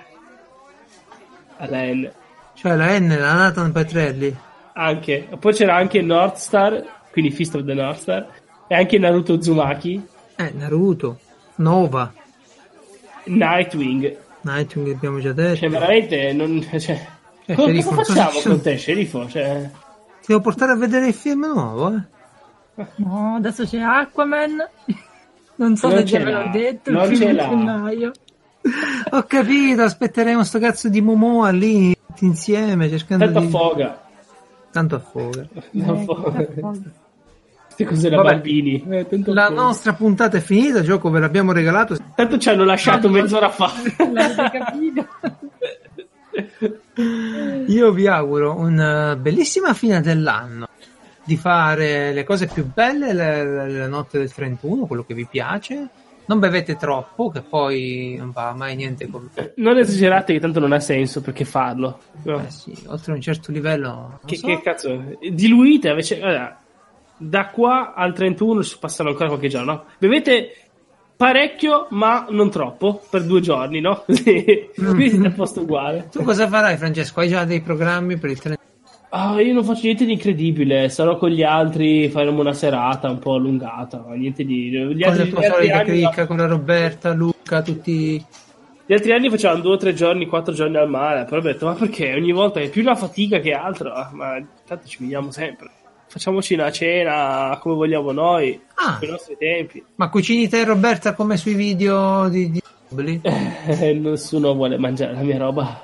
Alla N. Cioè la N, la Nathan Petrelli. Anche. Poi c'era anche North Star, quindi Fist of the North Star, e anche Naruto Uzumaki. Naruto. Nova. Nightwing abbiamo già detto. Cioè veramente cosa facciamo con te, sceriffo? Ti devo portare a vedere il film nuovo, No, adesso c'è Aquaman. Non so se te l'ho detto, il film di gennaio. Ho capito, aspetteremo sto cazzo di Momoa lì insieme cercando Tanto affoga. Queste cose da bambini. La nostra puntata è finita, il gioco ve l'abbiamo regalato. Tanto ci hanno lasciato mezz'ora fa. L'avete capito? Io vi auguro una bellissima fine dell'anno, di fare le cose più belle la notte del 31, quello che vi piace. Non bevete troppo, che poi non va mai niente con... Non esagerate, che tanto non ha senso perché farlo. No. Sì, oltre a un certo livello... Che cazzo? Diluite, invece... Da qua al 31 ci passano ancora qualche giorno, no? Bevete parecchio, ma non troppo, per 2 giorni, no? Quindi siete a posto uguale. Tu cosa farai, Francesco? Hai già dei programmi per il 31? Io non faccio niente di incredibile, sarò con gli altri, faremo una serata un po' allungata, niente di... Con la tua solita cricca, con la Roberta, Luca, tutti... Gli altri anni facevamo 2 o 3 giorni, 4 giorni al mare, però ho detto, ma perché ogni volta è più una fatica che altro? Ma tanto ci vediamo sempre. Facciamoci una cena come vogliamo noi, per i nostri tempi. Ma cucini te, Roberta, come sui video di Nessuno vuole mangiare la mia roba.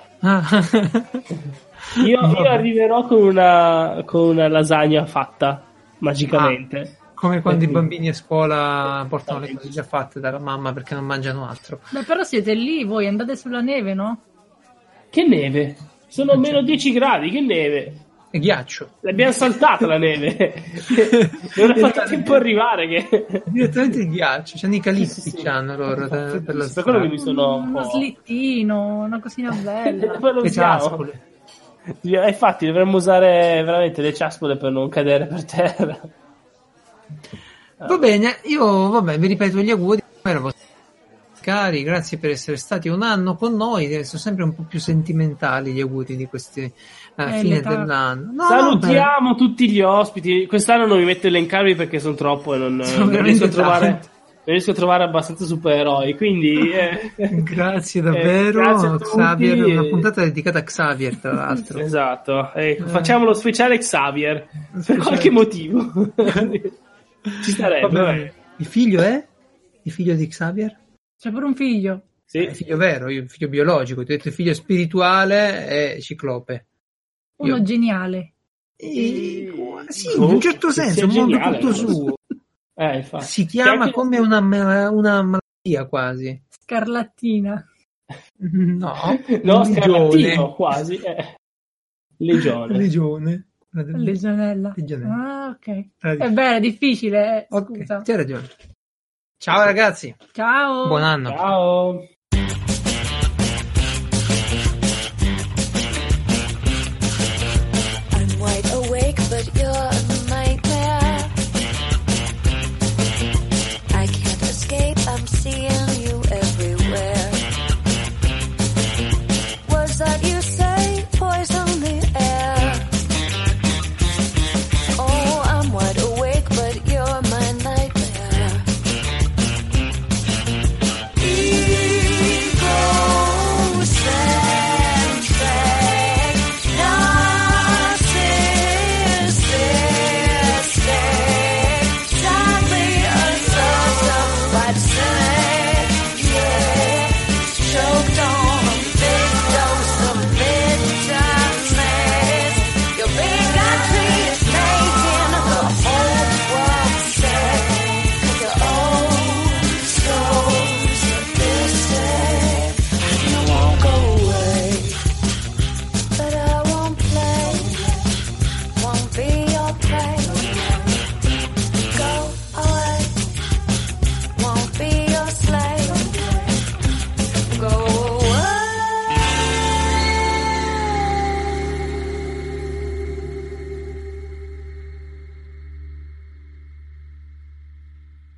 Io arriverò con una lasagna fatta magicamente. Come quando i bambini a scuola portano le cose già fatte dalla mamma perché non mangiano altro. Beh, però siete lì, voi andate sulla neve, no? Che neve? Sono meno 10 gradi, che neve? È ghiaccio. L'abbiamo saltata la neve. Non ha fatto tempo arrivare che... Direttamente il ghiaccio. C'hanno i calipsi c'hanno loro per la per quello che mi sono uno slittino, una cosina bella. Le ciaspole. Infatti dovremmo usare veramente le ciaspole per non cadere per terra. Va bene, io vi ripeto gli auguri. Cari, grazie per essere stati un anno con noi. Sono sempre un po' più sentimentali gli auguri di queste fine dell'anno. Salutiamo tutti gli ospiti. Quest'anno non mi metto a elencarvi perché sono troppo e non riesco a trovare abbastanza supereroi. Quindi grazie davvero, grazie a tutti. Xavier, una puntata dedicata a Xavier, tra l'altro. Esatto. Facciamo lo speciale Xavier per qualche motivo. Ci sarebbe. Il figlio è? Il figlio di Xavier? C'è pure un figlio. Sì. È figlio vero, il figlio biologico. Ti ho detto il figlio spirituale è Ciclope. Uno geniale. Sì, in un certo senso, un mondo tutto suo. Si chiama come una malattia quasi. Scarlattina. No, scarlattino quasi. Legione. Legionella. Ah, ok. È bene, difficile. Scusa. C'hai ragione. Ciao ragazzi. Ciao. Buon anno. Ciao.